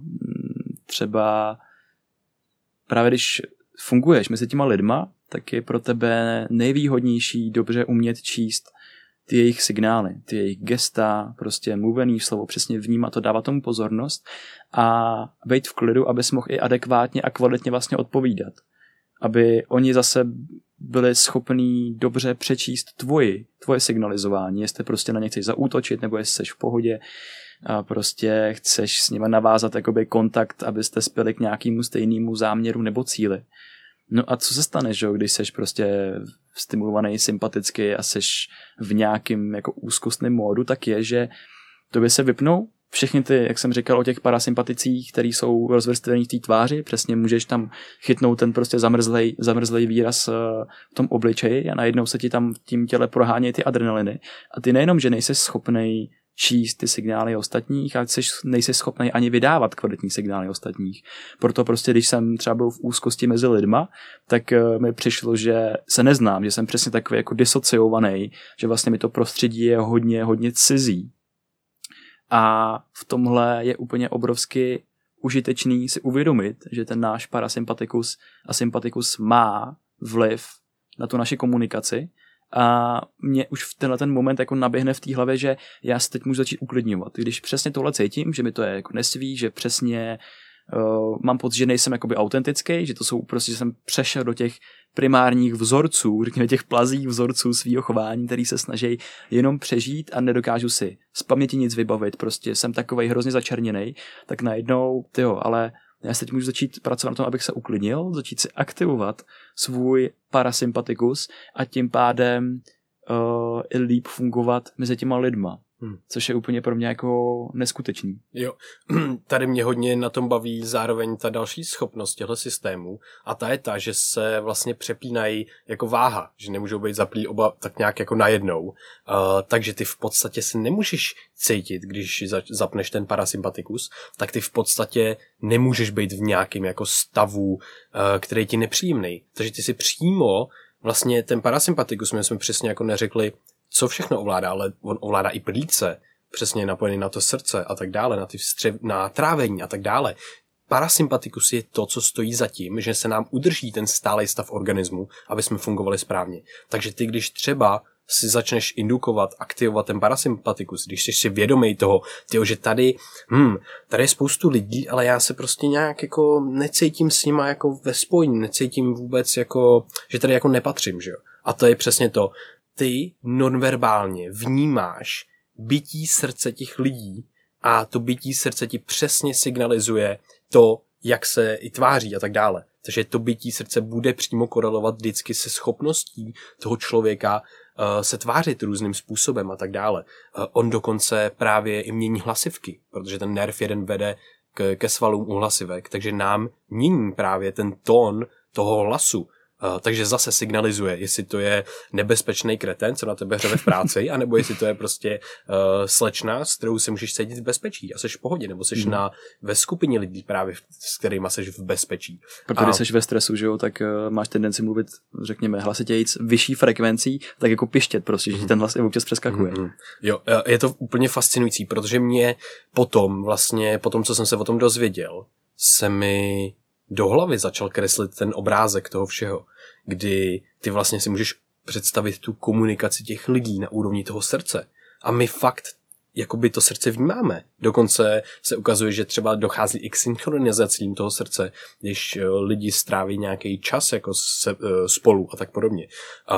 třeba právě když funguješ mezi těma lidma, tak je pro tebe nejvýhodnější dobře umět číst ty jejich signály, ty jejich gesta, prostě mluvený slovo, přesně vnímat to, dávat tomu pozornost a být v klidu, abys mohl i adekvátně a kvalitně vlastně odpovídat. Aby oni zase byli schopní dobře přečíst tvoje signalizování, jestli prostě na ně chceš zaútočit, nebo jestli jsi v pohodě a prostě chceš s nimi navázat jakoby kontakt, abyste spěli k nějakému stejnému záměru nebo cíli. No a co se stane, že když seš prostě stimulovaný sympaticky a seš v nějakým jako úzkostném módu, tak je, že tobě se vypnou všechny ty, jak jsem říkal o těch parasympaticích, který jsou rozvrstvený v té tváři, přesně můžeš tam chytnout ten prostě zamrzlej výraz v tom obličeji a najednou se ti tam v tím těle prohánějí ty adrenaliny a ty nejenom, že nejsi schopnej číst ty signály ostatních, ale nejsi schopný ani vydávat kvalitní signály ostatních. Proto prostě, když jsem třeba byl v úzkosti mezi lidma, tak mi přišlo, že se neznám, že jsem přesně takový jako disociovaný, že vlastně mi to prostředí je hodně cizí. A v tomhle je úplně obrovsky užitečný si uvědomit, že ten náš parasympatikus a sympatikus má vliv na tu naši komunikaci. A mě už v tenhle ten moment jako naběhne v té hlavě, že já se teď můžu začít uklidňovat. Když přesně tohle cítím, že mi to je jako nesví, že přesně mám pocit, že nejsem jakoby autentický, že to jsou prostě, že jsem přešel do těch primárních vzorců, řekněme těch plazích vzorců svýho chování, který se snaží jenom přežít a nedokážu si z paměti nic vybavit, prostě jsem takovej hrozně začerněnej, tak najednou, ale já se teď můžu začít pracovat na tom, abych se uklidnil, začít si aktivovat svůj parasympatikus a tím pádem i líp fungovat mezi těma lidma. Což je úplně pro mě jako neskutečný. Jo, tady mě hodně na tom baví zároveň ta další schopnost těchto systémů a ta je ta, že se vlastně přepínají jako váha, že nemůžou být zaplí oba tak nějak jako najednou. Takže ty v podstatě se nemůžeš cítit, když zapneš ten parasympatikus, tak ty v podstatě nemůžeš být v nějakém jako stavu, který ti nepříjemný. Takže ty si přímo vlastně ten parasympatikus, my jsme přesně jako neřekli, co všechno ovládá, ale on ovládá i plíce, přesně napojený na to srdce a tak dále, na trávení a tak dále. Parasympatikus je to, co stojí za tím, že se nám udrží ten stálý stav organismu, aby jsme fungovali správně. Takže ty, když třeba si začneš indukovat, aktivovat ten parasympatikus, když jsi si vědomý toho, že tady je spoustu lidí, ale já se prostě nějak jako necítím s nima jako ve spojení, necítím vůbec jako, že tady jako nepatřím, že jo. A to je přesně to. Ty nonverbálně vnímáš bytí srdce těch lidí a to bytí srdce ti přesně signalizuje to, jak se i tváří a tak dále. Takže to bytí srdce bude přímo korelovat vždycky se schopností toho člověka se tvářit různým způsobem a tak dále. On dokonce právě i mění hlasivky, protože ten nerv jeden vede ke svalům u hlasivek, takže nám mění právě ten tón toho hlasu. Takže zase signalizuje, jestli to je nebezpečný kreten, co na tebe hřeve v práci, anebo jestli to je prostě slečna, s kterou se můžeš cítit v bezpečí a seš v pohodě, nebo seš ve skupině lidí právě, s kterýma seš v bezpečí. Protože když seš ve stresu, že jo, tak máš tendenci mluvit, řekněme, hlasitějíc vyšší frekvencí, tak jako pištět prostě, že ten hlas občas přeskakuje. Jo, je to úplně fascinující, protože mě potom, co jsem se o tom dozvěděl, se mi do hlavy začal kreslit ten obrázek toho všeho, kdy ty vlastně si můžeš představit tu komunikaci těch lidí na úrovni toho srdce. A my fakt jakoby to srdce vnímáme. Dokonce se ukazuje, že třeba dochází i k synchronizacím toho srdce, když lidi stráví nějaký čas jako spolu a tak podobně.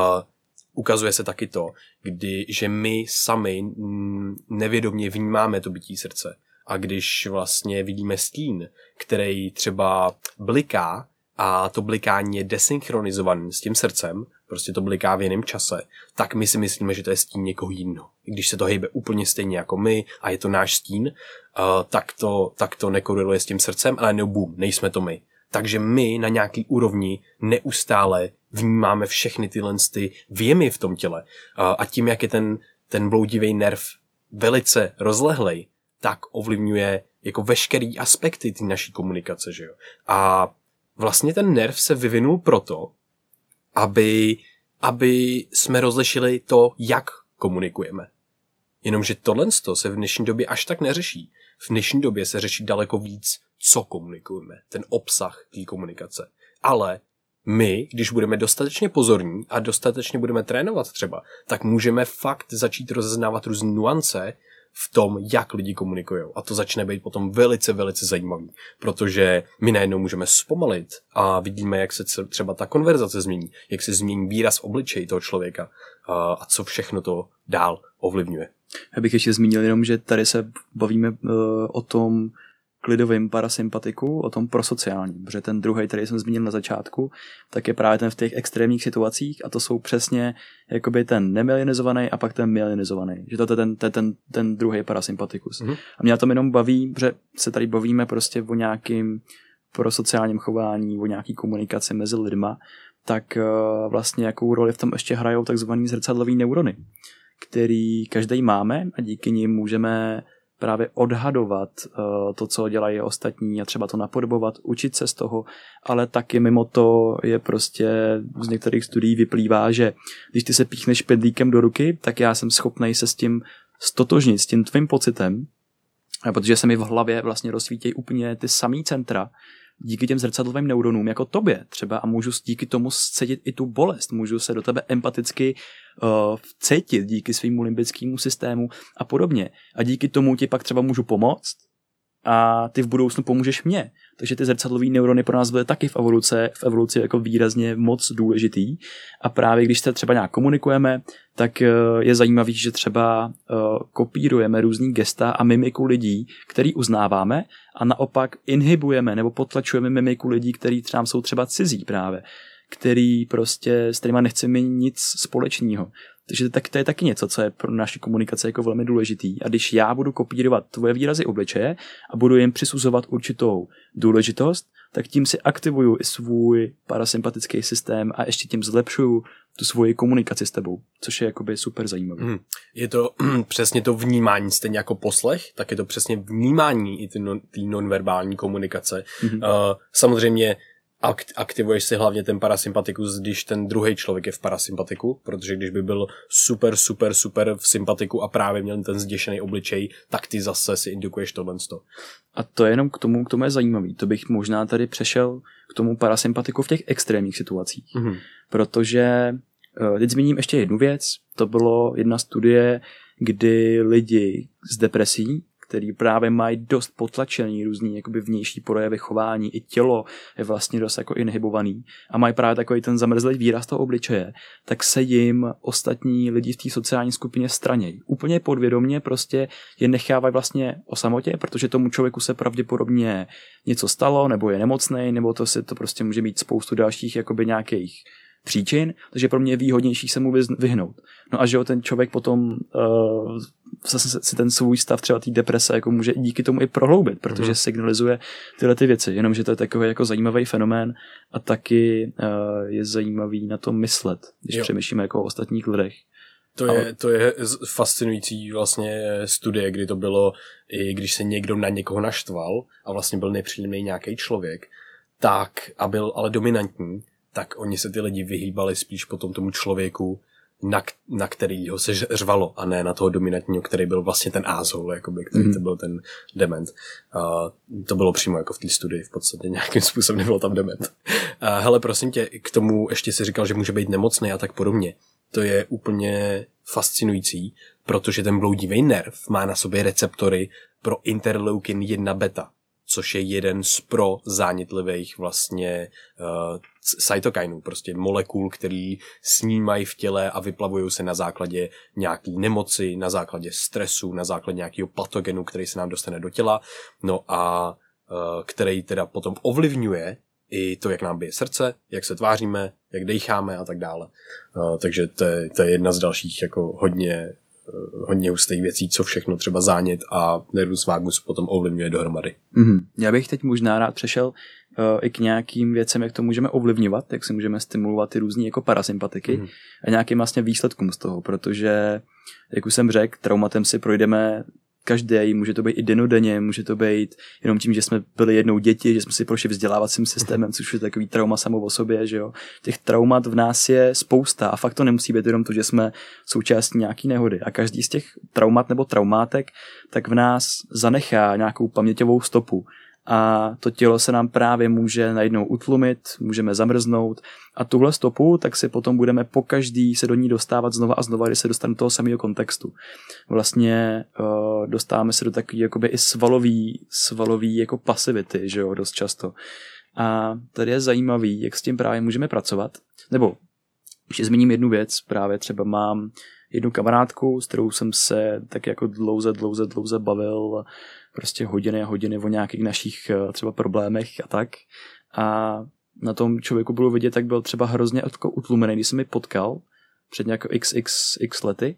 Ukazuje se taky to, že my sami nevědomě vnímáme to bytí srdce. A když vlastně vidíme stín, který třeba bliká a to blikání je desynchronizovaný s tím srdcem, prostě to bliká v jiném čase, tak my si myslíme, že to je stín někoho jiného. I když se to hejbe úplně stejně jako my a je to náš stín, tak to nekoreluje s tím srdcem, ale no boom, nejsme to my. Takže my na nějaký úrovni neustále vnímáme všechny tyhle vjemy v tom těle. A tím, jak je ten bloudivý nerv velice rozlehlej, tak ovlivňuje jako veškerý aspekty té naší komunikace, že jo. A vlastně ten nerv se vyvinul proto, aby jsme rozlišili to, jak komunikujeme. Jenomže tohle se v dnešní době až tak neřeší. V dnešní době se řeší daleko víc, co komunikujeme, ten obsah té komunikace. Ale my, když budeme dostatečně pozorní a dostatečně budeme trénovat třeba, tak můžeme fakt začít rozeznávat různé nuance v tom, jak lidi komunikují. A to začne být potom velice, velice zajímavý, protože my najednou můžeme zpomalit a vidíme, jak se třeba ta konverzace změní, jak se změní výraz v obličeji toho člověka a co všechno to dál ovlivňuje. Já bych ještě zmínil jenom, že tady se bavíme o tom klidovým parasympatiku, o tom prosociálním, protože ten druhý, který jsem zmínil na začátku, tak je právě ten v těch extrémních situacích a to jsou přesně jakoby ten nemyelinizovaný a pak ten myelinizovaný, že to je ten druhý parasympatikus. Mm-hmm. A mě na tom jenom baví, že se tady bavíme prostě o nějakým prosociálním chování, o nějaký komunikaci mezi lidma, tak vlastně jakou roli v tom ještě hrajou takzvaný zrcadlový neurony, který každý máme a díky nim můžeme právě odhadovat to, co dělají ostatní a třeba to napodobovat, učit se z toho, ale taky mimo to je prostě z některých studií vyplývá, že když ty se píchneš pedlíkem do ruky, tak já jsem schopnej se s tím stotožnit, s tím tvým pocitem, protože se mi v hlavě vlastně rozsvítějí úplně ty samý centra, díky těm zrcadlovým neuronům jako tobě třeba a můžu díky tomu cítit i tu bolest, můžu se do tebe empaticky vcítit díky svýmu limbickému systému a podobně. A díky tomu ti pak třeba můžu pomoct a ty v budoucnu pomůžeš mně. Takže ty zrcadlový neurony pro nás byly taky v evoluci jako výrazně moc důležitý. A právě když se třeba nějak komunikujeme, tak je zajímavý, že třeba kopírujeme různý gesta a mimiku lidí, který uznáváme a naopak inhibujeme nebo potlačujeme mimiku lidí, který třeba jsou třeba cizí právě, který prostě s kterýma nechceme nic společného. Takže to je taky něco, co je pro naši komunikaci jako velmi důležitý. A když já budu kopírovat tvoje výrazy obličeje a budu jim přisuzovat určitou důležitost, tak tím si aktivuju i svůj parasympatický systém a ještě tím zlepšuju tu svoji komunikaci s tebou, což je jakoby super zajímavé. Je to přesně to vnímání, stejně jako poslech, tak je to přesně vnímání i té nonverbální komunikace. Samozřejmě aktivuješ si hlavně ten parasympatikus, když ten druhý člověk je v parasympatiku, protože když by byl super v sympatiku a právě měl ten zděšený obličej, tak ty zase si indukuješ tohle. A to je jenom k tomu je zajímavý. To bych možná tady přešel k tomu parasympatiku v těch extrémních situacích. Protože teď zmíním ještě jednu věc. To bylo jedna studie, kdy lidi s depresí, který právě mají dost potlačený různý jakoby vnější projevy chování, i tělo je vlastně dost jako inhibovaný a mají právě takový ten zamrzlý výraz toho obličeje, tak se jim ostatní lidi v té sociální skupině stranějí. Úplně podvědomě prostě je nechávají vlastně o samotě, protože tomu člověku se pravděpodobně něco stalo, nebo je nemocnej, nebo to prostě může mít spoustu dalších jakoby nějakých příčin, takže pro mě je výhodnější se mu vyhnout. No a že ten člověk potom zase si ten svůj stav třeba té deprese jako může díky tomu i prohloubit, protože signalizuje tyhle ty věci, jenomže to je takový jako zajímavý fenomén a taky je zajímavý na to myslet, když přemýšlíme jako o ostatních lidech. To je fascinující vlastně studie, kdy to bylo, i když se někdo na někoho naštval a vlastně byl nepříjemný nějaký člověk, tak a byl ale dominantní, tak oni se ty lidi vyhýbali spíš potom tomu člověku, na kterýho se řvalo a ne na toho dominantního, který byl vlastně ten asshole, jakoby, který to byl ten dement. To bylo přímo jako v té studii, v podstatě nějakým způsobem nebylo tam dement. Hele, prosím tě, k tomu ještě si říkal, že může být nemocný a tak podobně. To je úplně fascinující, protože ten bloudivý nerv má na sobě receptory pro interleukin 1 beta, což je jeden z prozánětlivých vlastně cytokinů, prostě molekul, který snímají v těle a vyplavují se na základě nějaký nemoci, na základě stresu, na základě nějakého patogenu, který se nám dostane do těla, no a který teda potom ovlivňuje i to, jak nám bije srdce, jak se tváříme, jak dejcháme a tak dále. Takže to je jedna z dalších jako hodně hustých věcí, co všechno třeba zánět a nervus vagus potom ovlivňuje dohromady. Já bych teď možná rád přešel i k nějakým věcem, jak to můžeme ovlivňovat, jak si můžeme stimulovat ty různý jako parasympatiky a nějakým vlastně výsledkům z toho, protože, jak už jsem řekl, traumatem si projdeme každý, může to být i dennodenně, může to být jenom tím, že jsme byli jednou děti, že jsme si prošli vzdělávacím systémem, což je takový trauma samo o sobě, že jo. Těch traumat v nás je spousta a fakt to nemusí být jenom to, že jsme součástí nějaký nehody a každý z těch traumat nebo traumátek tak v nás zanechá nějakou paměťovou stopu. A to tělo se nám právě může najednou utlumit, můžeme zamrznout a tuhle stopu tak si potom budeme pokaždý se do ní dostávat znova a znova, když se dostaneme do toho samého kontextu. Vlastně dostáváme se do takový jakoby i svalový jako pasivity, že jo, dost často. A tady je zajímavý, jak s tím právě můžeme pracovat. Nebo ještě zmíním jednu věc, právě třeba mám jednu kamarádku, s kterou jsem se tak jako dlouze bavil prostě hodiny a hodiny o nějakých našich třeba problémech a tak. A na tom člověku bylo vidět, tak byl třeba hrozně utlumený, když jsem mi potkal před nějakou x lety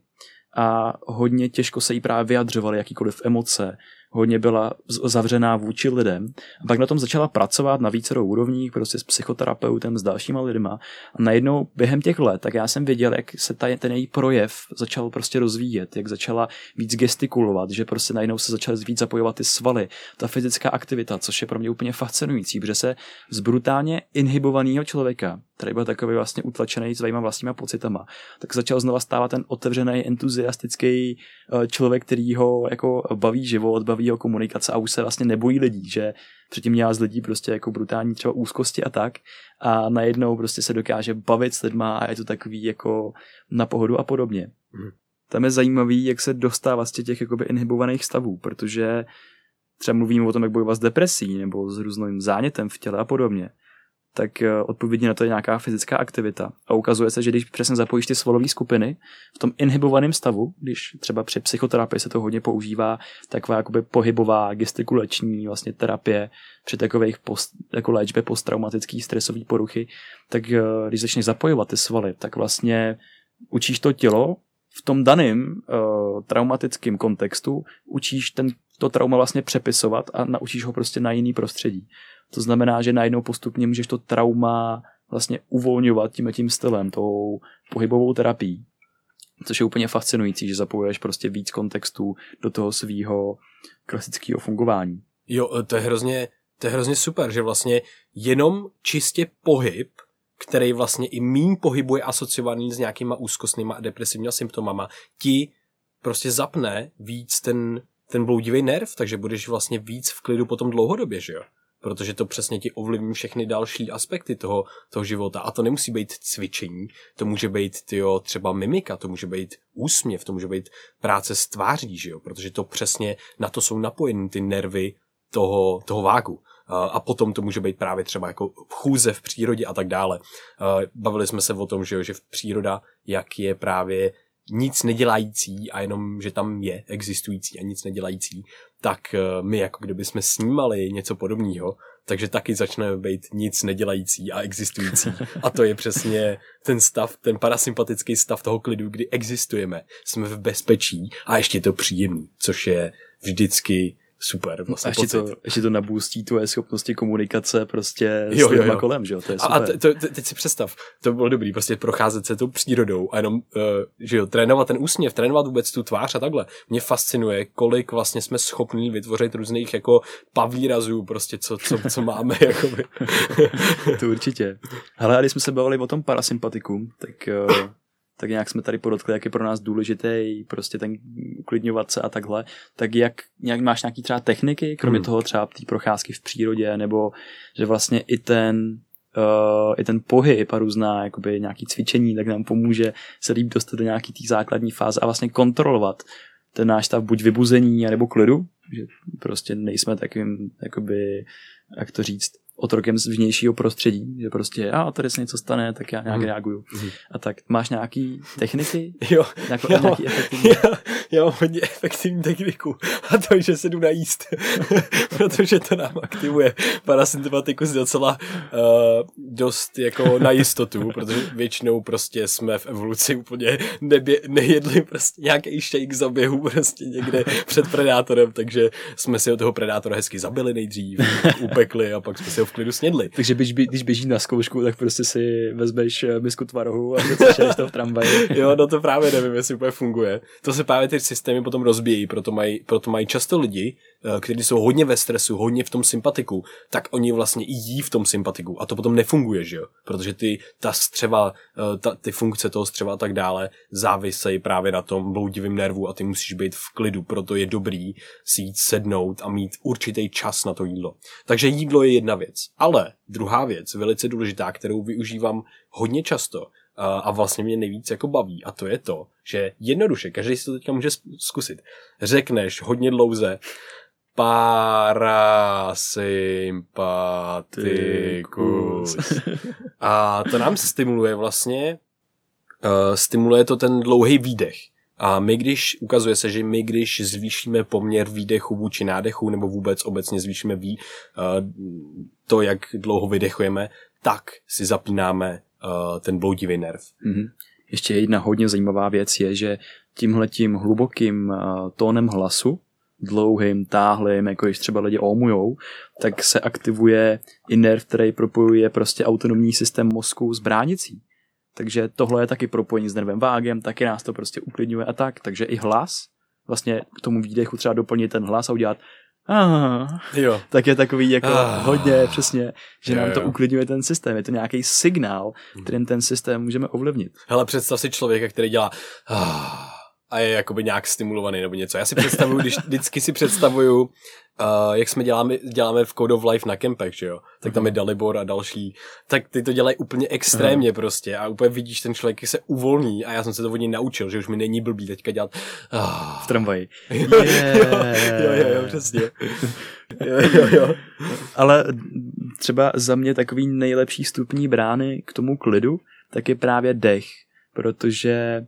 a hodně těžko se jí právě vyjadřovaly jakýkoliv emoce, hodně byla zavřená vůči lidem a pak na tom začala pracovat na vícerou úrovních, prostě s psychoterapeutem, s dalšíma lidma a najednou během těch let, tak já jsem viděl, jak se ten její projev začal prostě rozvíjet, jak začala víc gestikulovat, že prostě najednou se začaly víc zapojovat ty svaly, ta fyzická aktivita, což je pro mě úplně fascinující, protože se z brutálně inhibovaného člověka, který byl takový vlastně utlačený svýma vlastníma pocitama, tak začal znova stávat ten otevřený, entuziastický člověk, který ho jako baví život, baví ho komunikace a už se vlastně nebojí lidí, že předtím měla z lidí prostě jako brutální třeba úzkosti a tak a najednou prostě se dokáže bavit s lidma a je to takový jako na pohodu a podobně. Tam je zajímavý, jak se dostává z těch jakoby inhibovaných stavů, protože třeba mluvíme o tom, jak bojovat s depresí nebo s různým zánětem v těle a podobně, tak odpovědně na to je nějaká fyzická aktivita. A ukazuje se, že když přesně zapojíš ty svalové skupiny v tom inhibovaném stavu, když třeba při psychoterapii se to hodně používá, taková jakoby pohybová, gestikulační vlastně terapie při takových jako léčbě posttraumatický stresový poruchy, tak když začneš zapojovat ty svaly, tak vlastně učíš to tělo v tom daném traumatickém kontextu, učíš to trauma vlastně přepisovat a naučíš ho prostě na jiný prostředí. To znamená, že najednou postupně můžeš to trauma vlastně uvolňovat tím stylem, tou pohybovou terapií. Což je úplně fascinující, že zapojuješ prostě víc kontextů do toho svýho klasického fungování. Jo, to je hrozně super, že vlastně jenom čistě pohyb, který vlastně i míň pohybu je asociovaný s nějakýma úzkostnýma a depresivníma symptomama, ti prostě zapne víc ten bloudivý nerv, takže budeš vlastně víc v klidu potom dlouhodobě, že jo? Protože to přesně ti ovlivní všechny další aspekty toho života. A to nemusí být cvičení, to může být třeba mimika, to může být úsměv, to může být práce s tváří, že jo? Protože to přesně na to jsou napojeny ty nervy toho vágu. A potom to může být právě třeba jako chůze v přírodě a tak dále. Bavili jsme se o tom, že v příroda, jak je právě nic nedělající a jenom, že tam je existující a nic nedělající, tak my jako kdyby jsme snímali něco podobného, takže taky začneme být nic nedělající a existující. A to je přesně ten stav, ten parasympatický stav toho klidu, kdy existujeme, jsme v bezpečí a ještě je to příjemný, což je vždycky super. Vlastně ještě to nabůstí tvoje schopnosti komunikace prostě s lidma kolem, že jo, to je super. A teď si představ, to bylo dobrý, prostě procházet se tou přírodou a jenom, že jo, trénovat ten úsměv, trénovat vůbec tu tvář a takhle. Mě fascinuje, kolik vlastně jsme schopní vytvořit různých jako pavlírazů, prostě co máme, jakoby. To určitě. Hele, a když jsme se bavili o tom parasympatiku, tak nějak jsme tady podotkli, jak je pro nás důležitý prostě ten uklidňovat se a takhle, tak jak máš nějaký třeba techniky, kromě toho třeba té procházky v přírodě, nebo že vlastně i ten pohyb a různá jakoby nějaký cvičení, tak nám pomůže se líp dostat do nějaký té základní fáze a vlastně kontrolovat ten náš stav buď vybuzení, nebo klidu, že prostě nejsme takovým, jakoby, jak to říct, otrokem z vnějšího prostředí, že prostě tady se něco stane, tak já nějak reaguju. A tak máš nějaký techniky? Jo, nějaký efektivní? Já mám hodně efektivní techniku a to, že se jdu najíst, protože to nám aktivuje parasympatikus docela dost jako na jistotu, protože většinou prostě jsme v evoluci úplně nejedli prostě nějaký shake za běhu prostě někde před predátorem, takže jsme si od toho predátora hezky zabili nejdřív, upekli a pak jsme si ho v klidu snědli. Takže když běží na zkoušku, tak prostě si vezmeš misku tvarohu a začneš to v tramvaji. Jo, no to právě nevím, jestli úplně funguje. To se právě ty systémy potom rozbíjí, proto mají často lidi, kteří jsou hodně ve stresu, hodně v tom sympatiku, tak oni vlastně i jí v tom sympatiku a to potom nefunguje, že jo? Protože ta střeva, ty funkce toho střeva a tak dále závisejí právě na tom bloudivém nervu a ty musíš být v klidu, proto je dobrý si jít sednout a mít určitý čas na to jídlo. Takže jídlo je jedna věc, ale druhá věc, velice důležitá, kterou využívám hodně často a vlastně mě nejvíc jako baví a to je to, že jednoduše, každý si to teďka může zkusit. Řekneš hodně dlouze parasympatikus. A to nám stimuluje vlastně, stimuluje to ten dlouhý výdech. A ukazuje se, že my, když zvýšíme poměr výdechu vůči nádechu, nebo vůbec obecně zvýšíme to, jak dlouho vydechujeme, tak si zapínáme ten bloudivý nerv. Ještě jedna hodně zajímavá věc je, že tímhletím hlubokým tónem hlasu, dlouhým, táhlým, jako když třeba lidi ómujou, tak se aktivuje i nerv, který propojuje prostě autonomní systém mozku s bránicí. Takže tohle je taky propojení s nervem vágem, taky nás to prostě uklidňuje a tak. Takže i hlas, vlastně k tomu výdechu třeba doplnit ten hlas a udělat tak je takový jako hodně přesně, že nám to uklidňuje ten systém. Je to nějaký signál, kterým ten systém můžeme ovlivnit. Hele, představ si člověka, který dělá a je jakoby nějak stimulovaný nebo něco. Já si představuju, vždycky si představuju, jak jsme děláme v Code of Life na kempech, že jo? Tak tam je Dalibor a další. Tak ty to dělají úplně extrémně prostě a úplně vidíš, ten člověk se uvolní a já jsem se to od něj naučil, že už mi není blbý teďka dělat v tramvaji. Jo, přesně. Jo. Ale třeba za mě takový nejlepší stupní brány k tomu klidu, tak je právě dech, protože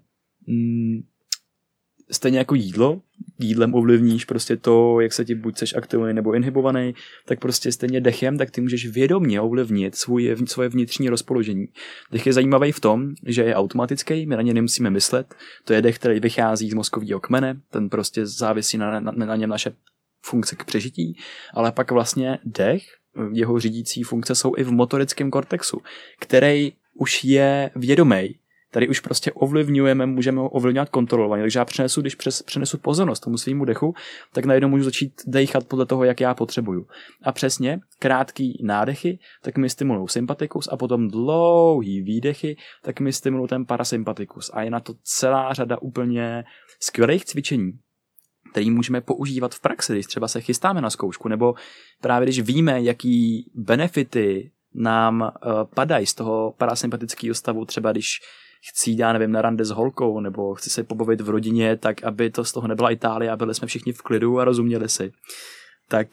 stejně jako jídlem ovlivníš prostě to, jak se ti buď seš aktivovaný nebo inhibovaný, tak prostě stejně dechem, tak ty můžeš vědomě ovlivnit svoje vnitřní rozpoložení. Dech je zajímavý v tom, že je automatický, my na ně nemusíme myslet, to je dech, který vychází z mozkového kmene, ten prostě závisí na něm naše funkce k přežití, ale pak vlastně dech, jeho řídící funkce jsou i v motorickém kortexu, který už je vědomý. Tady už prostě ovlivňujeme, můžeme ho ovlivňovat kontrolovaně. Takže já když přenesu pozornost tomu svýmu dechu, tak najednou můžu začít dechat podle toho, jak já potřebuju. A přesně krátký nádechy, tak mi stimulují sympatikus a potom dlouhý výdechy, tak mi stimulují ten parasympatikus. A je na to celá řada úplně skvělých cvičení, který můžeme používat v praxi, když třeba se chystáme na zkoušku, nebo právě když víme, jaký benefity nám padají z toho parasympatického stavu, třeba když chci jít, já nevím, na rande s holkou, nebo chci se pobavit v rodině, tak aby to z toho nebyla Itálie a byli jsme všichni v klidu a rozuměli si. Tak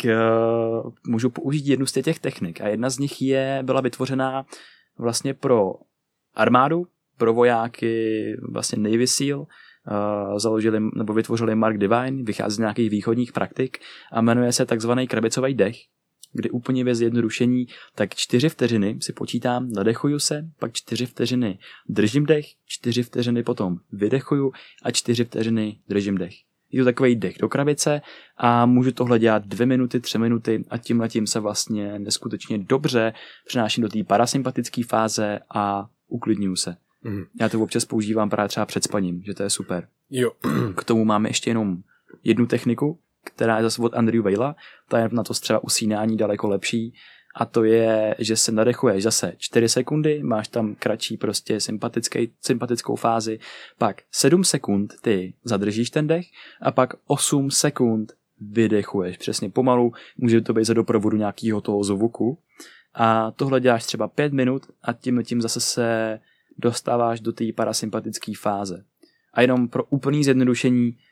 můžu použít jednu z těch technik. A jedna z nich byla vytvořená vlastně pro armádu, pro vojáky, vlastně Navy SEAL, založili nebo vytvořili Mark Divine, vychází z nějakých východních praktik a jmenuje se takzvaný krabicový dech, kdy úplně bez zjednodušení, tak 4 vteřiny si počítám, nadechuju se, pak 4 vteřiny držím dech, 4 vteřiny potom vydechuju a 4 vteřiny držím dech. Je to takový dech do krabice a můžu tohle dělat 2 minuty, 3 minuty a tímhletím se vlastně neskutečně dobře přenáším do té parasympatické fáze a uklidňuju se. Já to občas používám právě třeba před spaním, že to je super. Jo. K tomu máme ještě jenom jednu techniku, která je zase od Andrew Weila, ta je na to třeba usínání daleko lepší a to je, že se nadechuješ zase 4 sekundy, máš tam kratší prostě sympatickou fázi, pak 7 sekund ty zadržíš ten dech a pak 8 sekund vydechuješ přesně pomalu, může to být za doprovodu nějakého toho zvuku a tohle děláš třeba 5 minut a tím zase se dostáváš do té parasympatické fáze. A jenom pro úplný zjednodušení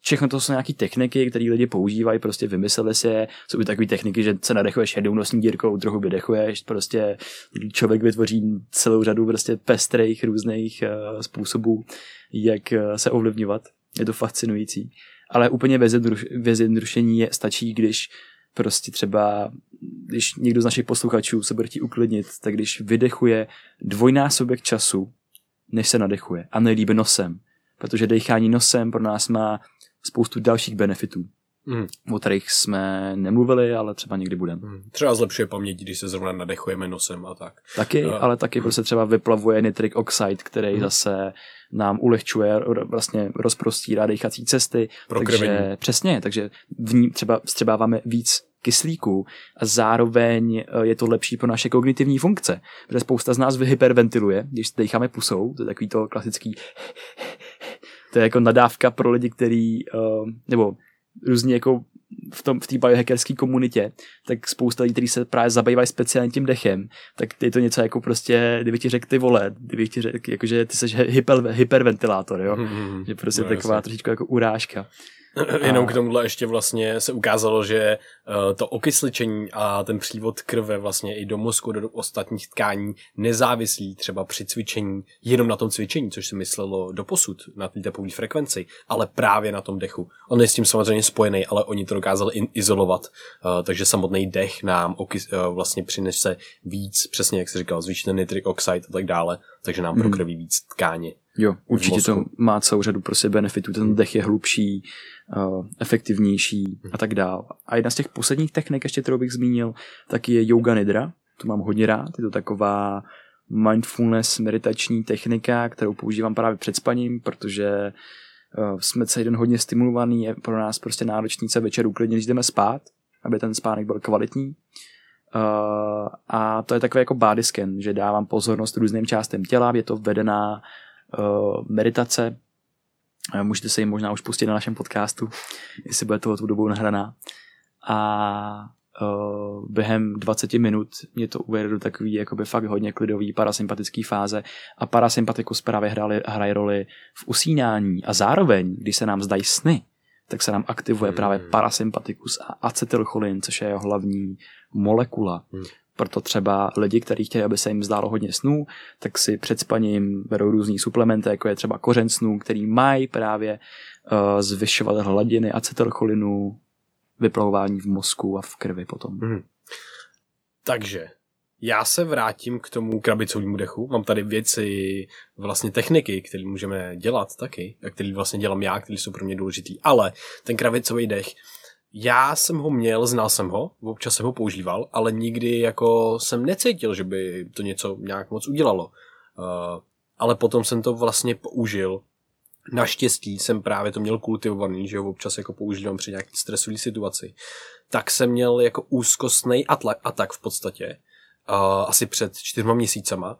všechno to jsou nějaké techniky, které lidi používají, prostě vymysleli si je. Jsou i takové techniky, že se nadechuješ jednou nosní dírkou, trochu vydechuješ, prostě člověk vytvoří celou řadu prostě pestrých různých způsobů, jak se ovlivňovat. Je to fascinující. Ale úplně ve zjednodušení stačí, když prostě třeba, když někdo z našich posluchačů se bude chtít uklidnit, tak když vydechuje dvojnásobek času, než se nadechuje. A nejlíbe nosem. Protože dechání nosem pro nás má spoustu dalších benefitů. O kterých jsme nemluvili, ale třeba někdy budeme. Třeba zlepšuje paměť, když se zrovna nadechujeme nosem a tak. Taky, ale taky prostě třeba vyplavuje nitric oxide, který zase nám ulehčuje, vlastně rozprostírá dechací cesty. Takže přesně, takže v ní třeba vstřebáváme víc kyslíku a zároveň je to lepší pro naše kognitivní funkce. Protože spousta z nás hyperventiluje, když decháme pusou, to je takový to klasický to je jako nadávka pro lidi, který nebo různě jako v té biohackerské komunitě, tak spousta lidí, kteří se právě zabývají speciálně tím dechem, tak je to něco jako prostě, kdyby ti řekl ty vole, kdyby ti řekl, jakože ty jsi hyperventilátor, jo? Že prostě taková trošičku jako urážka. Jenom k tomuhle ještě vlastně se ukázalo, že to okysličení a ten přívod krve vlastně i do mozku, do ostatních tkání nezávislí třeba při cvičení, jenom na tom cvičení, což se myslelo doposud na té tepové frekvenci, ale právě na tom dechu. On je s tím samozřejmě spojený, ale oni to dokázali izolovat, takže samotný dech nám vlastně přinese víc, přesně jak jsi říkal, zvýšený nitric oxide a tak dále, takže nám prokrví víc tkáně. Jo, určitě to má celou řadu prostě benefitů, ten dech je hlubší, efektivnější a tak dál. A jedna z těch posledních technik, ještě kterou bych zmínil, tak je yoga nidra, to mám hodně rád, je to taková mindfulness meditační technika, kterou používám právě před spaním, protože jsme celý den hodně stimulovaný, je pro nás prostě náročný se večer uklidnit, když jdeme spát, aby ten spánek byl kvalitní. A to je takový jako body scan, že dávám pozornost různým částem těla, je to vedená meditace. Můžete se jim možná už pustit na našem podcastu, jestli bude toho tu dobou nahraná. A během 20 minut mě to uvede do takový jakoby fakt hodně klidový parasympatický fáze a parasympatikus právě hraje roli v usínání a zároveň, když se nám zdají sny, tak se nám aktivuje právě parasympatikus a acetylcholin, což je jeho hlavní molekula. Proto třeba lidi, kteří chtějí, aby se jim zdálo hodně snů, tak si před spaním berou různý suplementy, jako je třeba kořen snů, který mají právě zvyšovat hladiny acetylcholinu, vyplavování v mozku a v krvi potom. Takže já se vrátím k tomu krabicovému dechu. Mám tady věci, vlastně techniky, které můžeme dělat taky, a které vlastně dělám já, které jsou pro mě důležitý. Ale ten krabicový dech, já jsem ho měl, znal jsem ho, občas jsem ho používal, ale nikdy jako jsem necítil, že by to něco nějak moc udělalo. Ale potom jsem to vlastně použil. Naštěstí jsem právě to měl kultivovaný, že ho občas jako používám při nějaké stresové situaci. Tak jsem měl jako úzkostný atak v podstatě. Asi před 4 měsícama.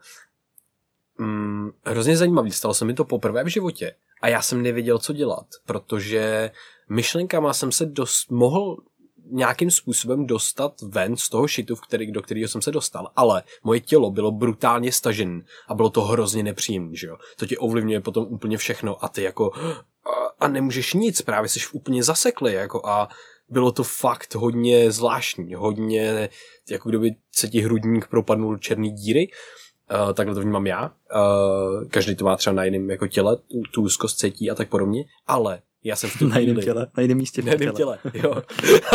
Hrozně zajímavý, stalo se mi to poprvé v životě a já jsem nevěděl, co dělat, protože myšlenkama jsem se mohl nějakým způsobem dostat ven z toho shitu, do kterého jsem se dostal, ale moje tělo bylo brutálně stažené a bylo to hrozně nepříjemné, že jo. To tě ovlivňuje potom úplně všechno a ty jako a nemůžeš nic, právě jsi úplně zaseklý jako a bylo to fakt hodně zvláštní, hodně, jako kdyby se ti hrudník propadnul černý díry, takhle to vnímám já, každý to má třeba na jiném jako těle, tu úzkost cítí a tak podobně, ale já jsem v tu na jiném těle, na jiném místě v těle, jo.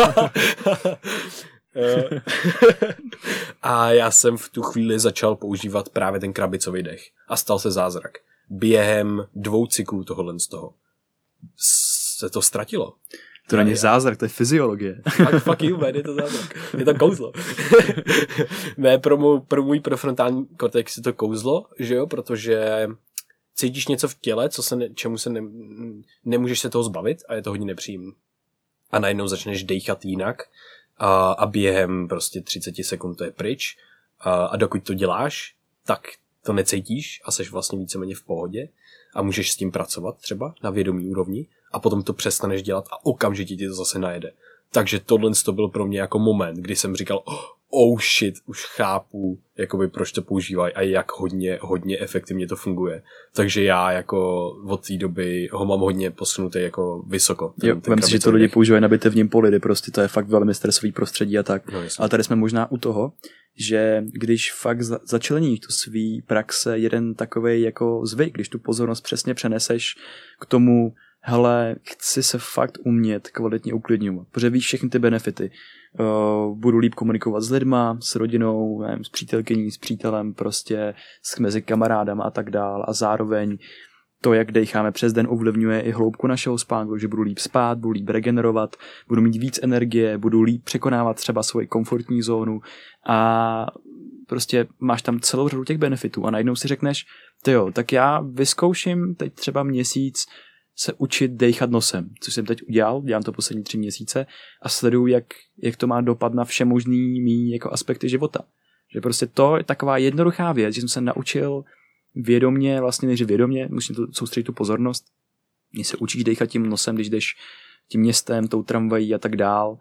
A já jsem v tu chvíli začal používat právě ten krabicový dech a stal se zázrak. Během 2 cyklů tohohle z toho se to ztratilo. To není zázrak, to je fyziologie. Fuck you, man, je to zázrak. Je to kouzlo. Ne, pro můj prefrontální kortex je to kouzlo, že jo, protože cítíš něco v těle, čemu se nemůžeš se toho zbavit a je to hodně nepříjemné. A najednou začneš dejchat jinak a během prostě 30 sekund to je pryč a dokud to děláš, tak to necítíš a seš vlastně víceméně v pohodě a můžeš s tím pracovat třeba na vědomí úrovni a potom to přestaneš dělat a okamžitě ti to zase najede. Takže tohle to byl pro mě jako moment, kdy jsem říkal, oh shit, už chápu, jakoby proč to používají a jak hodně efektivně to funguje. Takže já jako od té doby ho mám hodně posunutý jako vysoko. Vem si, že to lidi používají na bitevním poli, kdy prostě to je fakt velmi stresový prostředí a tak. No, ale tady jsme možná u toho, že když fakt začleníš tu svý praxe jeden takovej jako zvyk, když tu pozornost přesně přeneseš k tomu, hele, chci se fakt umět kvalitně uklidňovat, protože víš všechny ty benefity. Budu líp komunikovat s lidma, s rodinou, nevím, s přítelkyní, s přítelem, prostě mezi kamarádama a tak dál. A zároveň to, jak dejcháme přes den, ovlivňuje i hloubku našeho spánku, že budu líp spát, budu líp regenerovat, budu mít víc energie, budu líp překonávat třeba svoji komfortní zónu a prostě máš tam celou řadu těch benefitů a najednou si řekneš, tyjo, tak já vyzkouším teď třeba měsíc se učit dejchat nosem, což jsem teď udělal, dělám to poslední 3 měsíce a sleduju, jak to má dopad na vše možný mý jako aspekty života. Že prostě to je taková jednoduchá věc, že jsem se naučil vědomě, vlastně než vědomě, musím to soustředit tu pozornost, když se učíš dejchat tím nosem, když jdeš tím městem, tou tramvají a tak dál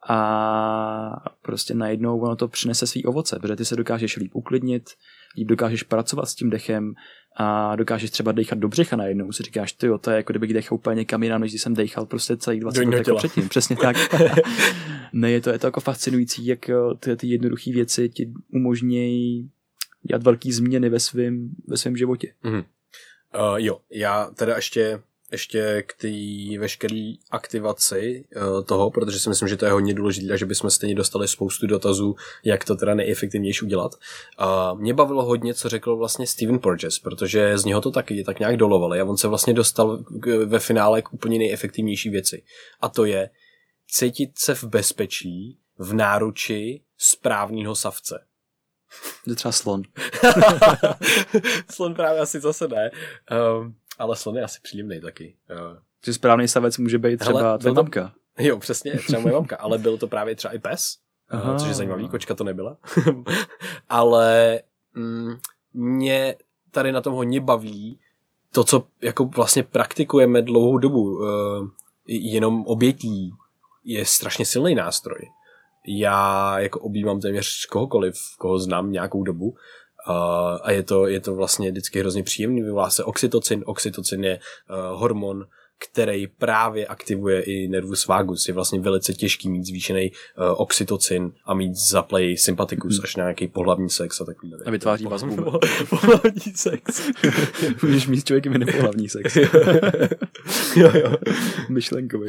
a prostě najednou ono to přinese svý ovoce, protože ty se dokážeš líp uklidnit, líp dokážeš pracovat s tím dechem a dokážeš třeba dejchat do břicha najednou. Si říkáš, tyjo, to je jako kdybych dechal úplně někam jinam, než když jsem dejchal prostě celý 20 let jako předtím. Přesně tak. Ne, je to jako fascinující, jak ty jednoduché věci ti umožnějí dělat velký změny ve svém životě. Jo, já teda ještě k té veškeré aktivaci toho, protože si myslím, že to je hodně důležité a že bychom stejně dostali spoustu dotazů, jak to teda nejefektivnější udělat. Mě bavilo hodně, co řekl vlastně Stephen Porges, protože z něho to taky tak nějak dolovali a on se vlastně dostal ve finále k úplně nejefektivnější věci. A to je cítit se v bezpečí v náruči správného savce. To je třeba slon. Slon právě asi zase ne. Ale slon je asi příjemnej taky. Že správný savec může být třeba tvoje mamka. Jo, přesně, třeba moje mamka, ale byl to právě třeba i pes, což je zajímavý, kočka to nebyla. Ale mě tady na tom hodně baví to, co jako vlastně praktikujeme dlouhou dobu. Jenom obětí je strašně silný nástroj. Já jako objímám téměř kohokoliv, koho znám nějakou dobu, a je to vlastně vždycky hrozně příjemný, vyvolá se oxytocin. Oxytocin je hormon, který právě aktivuje i nervus vagus. Je vlastně velice těžký mít zvýšený oxytocin a mít zaplej sympatikus až na nějaký pohlavní sex a takový. A vytváří vazbu. Pohlavní sex. Můžeš mít s člověkem jiný pohlavní sex. Jo. Myšlenkový.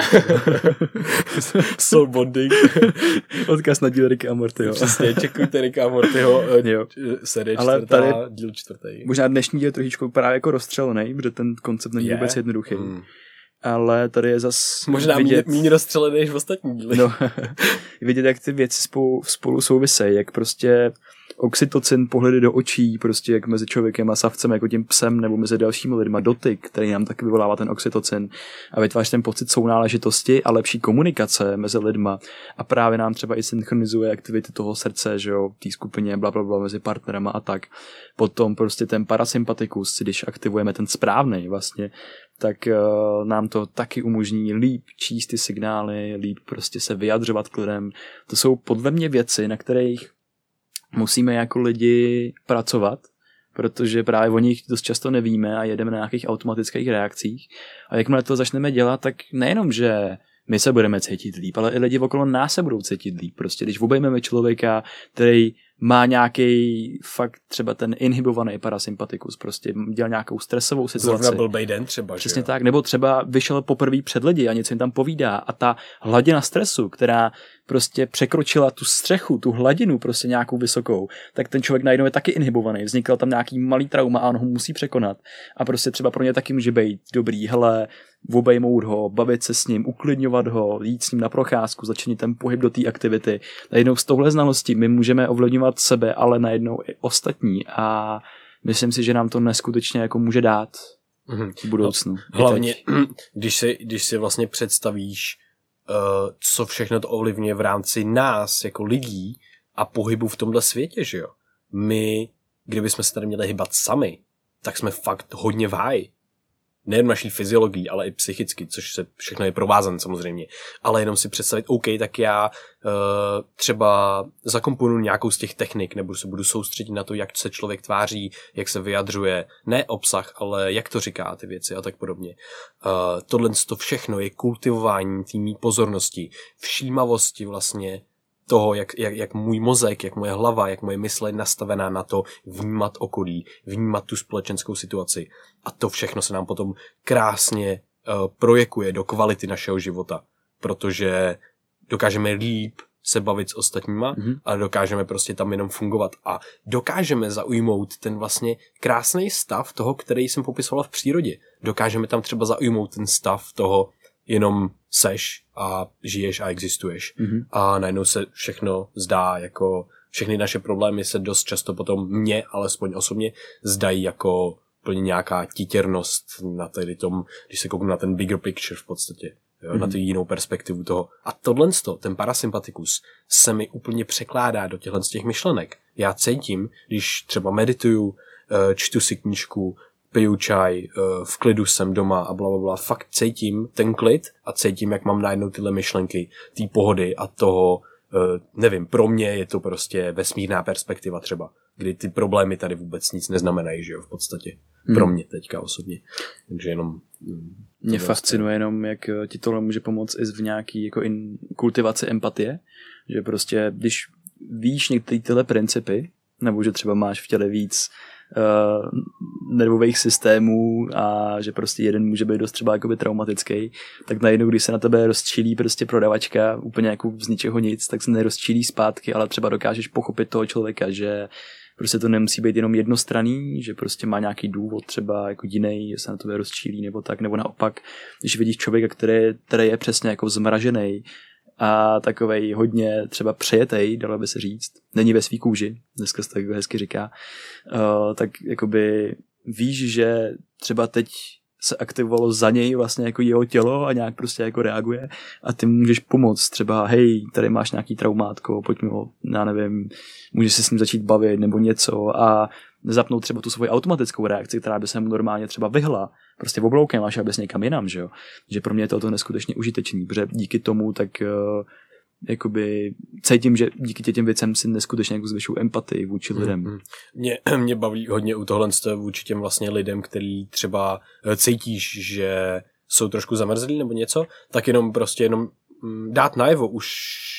Soul bonding. Odkaz na díl Ricka a Mortyho. Přesně, čekujte Ricka a Mortyho série 4. díl 4. Možná dnešní díl trošičku právě jako rozstřelený, protože ten koncept není vůbec jednoduchý. Ale tady je zas možná méně rozstřelený než v ostatní díly. No, vidět, jak ty věci spolu souvisejí, jak prostě oxytocin, pohledy do očí, prostě jak mezi člověkem a savcem, jako tím psem, nebo mezi dalšími lidma, dotyk, který nám taky vyvolává ten oxytocin a vytváří ten pocit sounáležitosti a lepší komunikace mezi lidma a právě nám třeba i synchronizuje aktivity toho srdce, že jo, v té skupině blablabla mezi partnerama a tak. Potom prostě ten parasympatikus, když aktivujeme ten správnej vlastně, tak nám to taky umožní líp číst ty signály, líp prostě se vyjadřovat k lidem. To jsou podle mě věci, na kterých musíme jako lidi pracovat, protože právě o nich dost často nevíme a jedeme na nějakých automatických reakcích. A jakmile to začneme dělat, tak nejenom, že my se budeme cítit líp, ale i lidi okolo nás se budou cítit líp. Prostě když obejmeme člověka, který má nějaký fakt třeba ten inhibovaný parasympatikus, prostě dělal nějakou stresovou situaci. Zrovna blbej den třeba. Přesně tak, nebo třeba vyšel poprvé před lidi a něco jim tam povídá a ta hladina stresu, která prostě překročila tu střechu, tu hladinu prostě nějakou vysokou, tak ten člověk najednou je taky inhibovaný. Vznikl tam nějaký malý trauma a on ho musí překonat. A prostě třeba pro ně taky může být dobrý, hele, obejmout ho, bavit se s ním, uklidňovat ho, jít s ním na procházku, začinit ten pohyb do té aktivity. Najednou z touhle znalostí my můžeme ovlivňovat sebe, ale najednou i ostatní a myslím si, že nám to neskutečně jako může dát v budoucnu. Hlavně, když si vlastně představíš, co všechno to ovlivňuje v rámci nás jako lidí a pohybu v tomhle světě, že jo. My, kdybychom se tady měli hybat sami, tak jsme fakt hodně v háji. nejen naší fyziologii, ale i psychicky, což se všechno je provázané samozřejmě, ale jenom si představit, OK, tak já třeba zakomponuji nějakou z těch technik, nebo se budu soustředit na to, jak se člověk tváří, jak se vyjadřuje, ne obsah, ale jak to říká ty věci a tak podobně. Tohle to všechno je kultivování té mý pozornosti, všímavosti vlastně toho, jak můj mozek, jak moje hlava, jak moje mysl je nastavená na to vnímat okolí, vnímat tu společenskou situaci. A to všechno se nám potom krásně projekuje do kvality našeho života, protože dokážeme líp se bavit s ostatníma, ale dokážeme prostě tam jenom fungovat a dokážeme zaujmout ten vlastně krásný stav toho, který jsem popisoval v přírodě. Dokážeme tam třeba zaujmout ten stav toho, jenom seš a žiješ a existuješ. A najednou se všechno zdá jako, všechny naše problémy se dost často potom mně, alespoň osobně, zdají jako plně nějaká titěrnost na tady tom, když se kouknu na ten bigger picture v podstatě, jo, na tu jinou perspektivu toho. A tohle, ten parasympatikus, se mi úplně překládá do těchto z těch myšlenek. Já cítím, když třeba medituju, čtu si knížku, piju čaj, v klidu jsem doma a blablabla, fakt cítím ten klid a cítím, jak mám najednou tyhle myšlenky, té pohody a toho, nevím, pro mě je to prostě vesmírná perspektiva třeba, kdy ty problémy tady vůbec nic neznamenají, že jo, v podstatě. Pro mě teďka osobně. Takže jenom... Mě fascinuje jenom, jak ti tohle může pomoct i v nějaký jako kultivaci empatie, že prostě, když víš některé tyhle principy, nebo že třeba máš v těle víc nervových systémů a že prostě jeden může být dost třeba jakoby traumatický, tak najednou, když se na tebe rozčílí prostě prodavačka úplně jako z ničeho nic, tak se nerozčílí zpátky, ale třeba dokážeš pochopit toho člověka, že prostě to nemusí být jenom jednostranný, že prostě má nějaký důvod třeba jako jiný, že se na tebe rozčílí nebo tak, nebo naopak, když vidíš člověka, který je přesně jako zmražený a takovej hodně třeba přejetej, dalo by se říct, není ve svý kůži, dneska se tak hezky říká, tak jakoby víš, že třeba teď se aktivovalo za něj vlastně jako jeho tělo a nějak prostě jako reaguje a ty můžeš pomoct třeba, hej, tady máš nějaký traumátko, pojď mi ho, já nevím, můžeš se s ním začít bavit nebo něco a zapnout třeba tu svoji automatickou reakci, která by se mu normálně třeba vyhla, prostě obloukem až abys někam jinam, že jo. Že pro mě je to neskutečně užitečný, protože díky tomu tak jakoby cítím, že díky těm věcem si neskutečně jako zvyšuju empatii vůči lidem. Mě baví hodně u tohle vůči těm vlastně lidem, který třeba cítíš, že jsou trošku zamrzlí nebo něco, tak jenom dát najevo už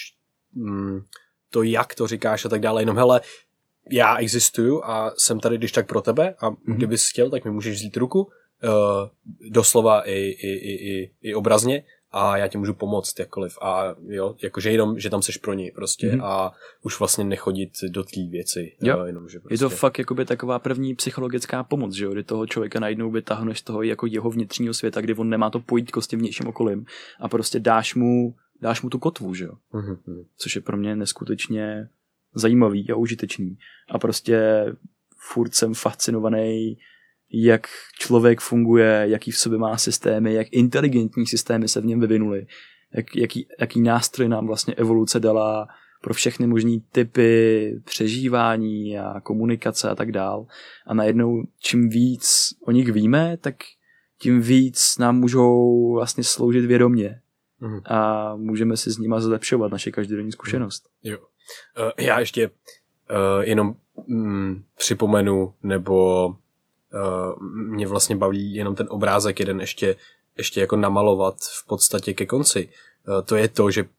to, jak to říkáš a tak dále, jenom hele, já existuju a jsem tady když tak pro tebe a kdybys chtěl, tak mi můžeš vzít ruku, doslova i obrazně a já ti můžu pomoct jakkoliv a jo, jakože jenom, že tam seš pro něj prostě a už vlastně nechodit do té věci. Jo. Jenom, že prostě... Je to fakt jakoby taková první psychologická pomoc, že jo, kdy toho člověka najednou vytáhneš z toho jako jeho vnitřního světa, kdy on nemá to pojítko s tím vnějším okolím a prostě dáš mu tu kotvu, že jo. Což je pro mě neskutečně zajímavý a užitečný. A prostě furt jsem fascinovaný, jak člověk funguje, jaký v sobě má systémy, jak inteligentní systémy se v něm vyvinuly, jaký nástroj nám vlastně evoluce dala pro všechny možný typy přežívání a komunikace a tak dál. A najednou čím víc o nich víme, tak tím víc nám můžou vlastně sloužit vědomě. A můžeme si s nima zlepšovat naše každodenní zkušenost. Jo. Já ještě jenom připomenu, nebo mě vlastně baví jenom ten obrázek jeden ještě jako namalovat v podstatě ke konci. To je to, že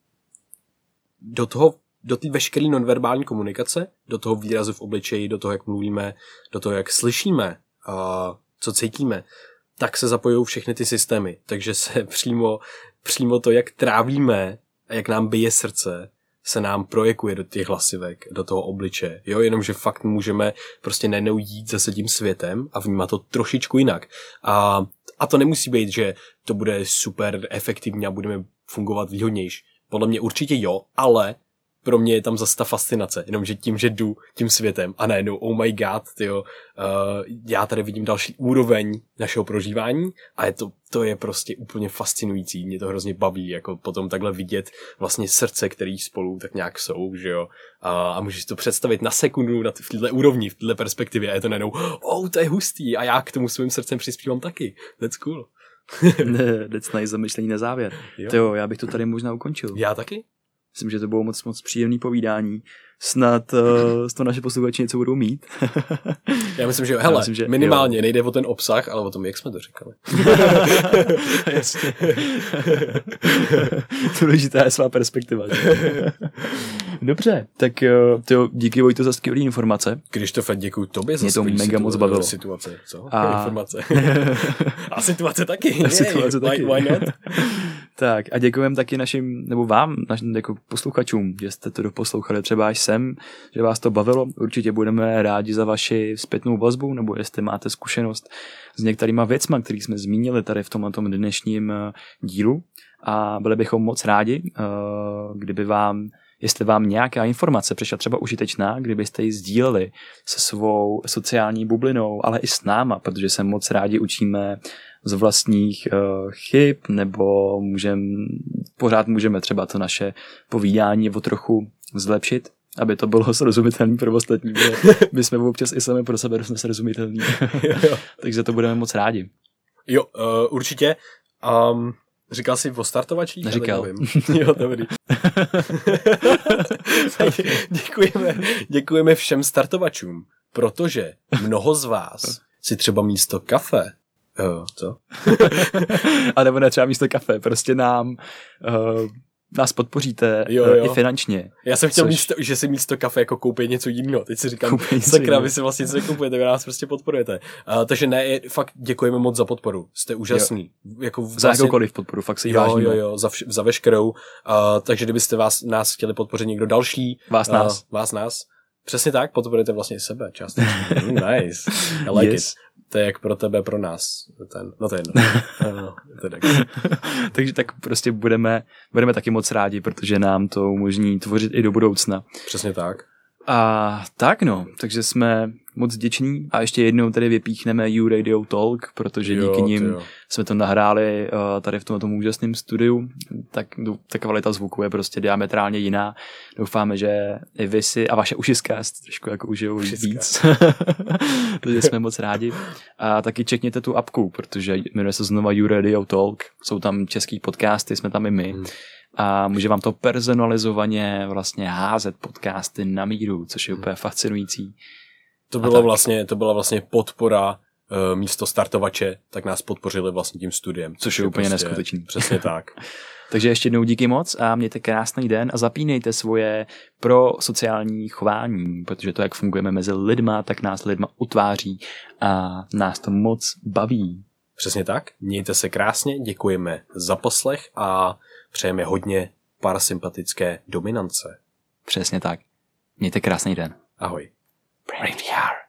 do té veškeré nonverbální komunikace, do toho výrazu v obličeji, do toho, jak mluvíme, do toho, jak slyšíme, co cítíme, tak se zapojují všechny ty systémy. Takže se přímo to, jak trávíme a jak nám bije srdce, se nám projekuje do těch hlasivek, do toho obliče. Jo, jenomže fakt můžeme prostě najednou jít zase tím světem a vnímat to trošičku jinak. A to nemusí být, že to bude super efektivní a budeme fungovat výhodnější. Podle mě určitě jo, ale pro mě je tam zase ta fascinace, jenomže tím, že jdu tím světem a najednou, oh my god, tyjo, já tady vidím další úroveň našeho prožívání a to je prostě úplně fascinující, mě to hrozně baví, jako potom takhle vidět vlastně srdce, který spolu tak nějak jsou, že jo, a můžeš to představit na sekundu v této úrovni, v této perspektivě a je to najednou, to je hustý a já k tomu svým srdcem přispívám taky, that's cool. That's nice zamyšlení na závěr. Jo, já bych to tady možná ukončil. Já taky. Myslím, že to bylo moc příjemný povídání. Snad to naše posluchači něco budou mít. Já myslím, že jo. Hele, myslím, že minimálně nejde o ten obsah, ale o tom, jak jsme to říkali. Jasně. Důležitá je svá perspektiva. Dobře, tak díky Vojto za skvělý informace. Krištofe, děkuji tobě za skvělý mega moc bavilo. Situace. Co? Informace. A situace taky. Taky. Why not? Tak a děkujeme taky vám, našim jako posluchačům, že jste to doposlouchali třeba až sem, že vás to bavilo. Určitě budeme rádi za vaši zpětnou vazbu, nebo jestli máte zkušenost s některýma věcma, který jsme zmínili tady v tomto dnešním dílu. A byli bychom moc rádi, jestli vám nějaká informace přišla třeba užitečná, kdybyste ji sdíleli se svou sociální bublinou, ale i s náma, protože se moc rádi učíme z vlastních chyb, nebo pořád můžeme třeba to naše povídání o trochu zlepšit, aby to bylo srozumitelné pro ostatní. My jsme občas i sami pro sebe dost srozumitelní. Takže to budeme moc rádi. Jo, určitě. Říkal jsi o startovačích? Neříkal. Jo, dobrý. Děkujeme všem startovačům, protože mnoho z vás si třeba místo kafe co? A nebo ne třeba místo kafe, prostě nás podpoříte i finančně. Já jsem chtěl že si místo kafe jako koupí něco jiného. Teď si říkám, sakra, vy si vlastně něco nekupujete, vy nás prostě podporujete. Takže ne, fakt děkujeme moc za podporu. Jste úžasný. Jako vlastně, za jakoukoliv podporu, fakt si ji vážíme. Jo, za veškerou. Takže kdybyste nás chtěli podpořit někdo další. Vás nás. Přesně tak, podporujete vlastně sebe částečně. Nice. I like it. To je jak pro tebe, pro nás. To je jedno. Takže tak prostě budeme taky moc rádi, protože nám to umožní tvořit i do budoucna. Přesně tak. A tak takže jsme moc vděční a ještě jednou tady vypíchneme You Radio Talk, protože díky nim jsme to nahráli tady v tomto úžasném studiu, tak ta kvalita zvuku je prostě diametrálně jiná. Doufáme, že i vy si a vaše ušiska trošku jako užijou víc. Takže jsme moc rádi. A taky čekněte tu apku, protože jmenuje se znova You Radio Talk, jsou tam český podcasty, jsme tam i my. A může vám to personalizovaně vlastně házet podcasty na míru, což je úplně fascinující. To byla vlastně podpora místo startovače, tak nás podpořili vlastně tím studiem. Což je úplně prostě neskutečný. Přesně tak. Takže ještě jednou díky moc a mějte krásný den a zapínejte svoje pro sociální chování, protože to, jak fungujeme mezi lidma, tak nás lidma utváří a nás to moc baví. Přesně tak. Mějte se krásně, děkujeme za poslech a přejeme hodně parasympatické dominance. Přesně tak. Mějte krásný den. Ahoj. Brain VR.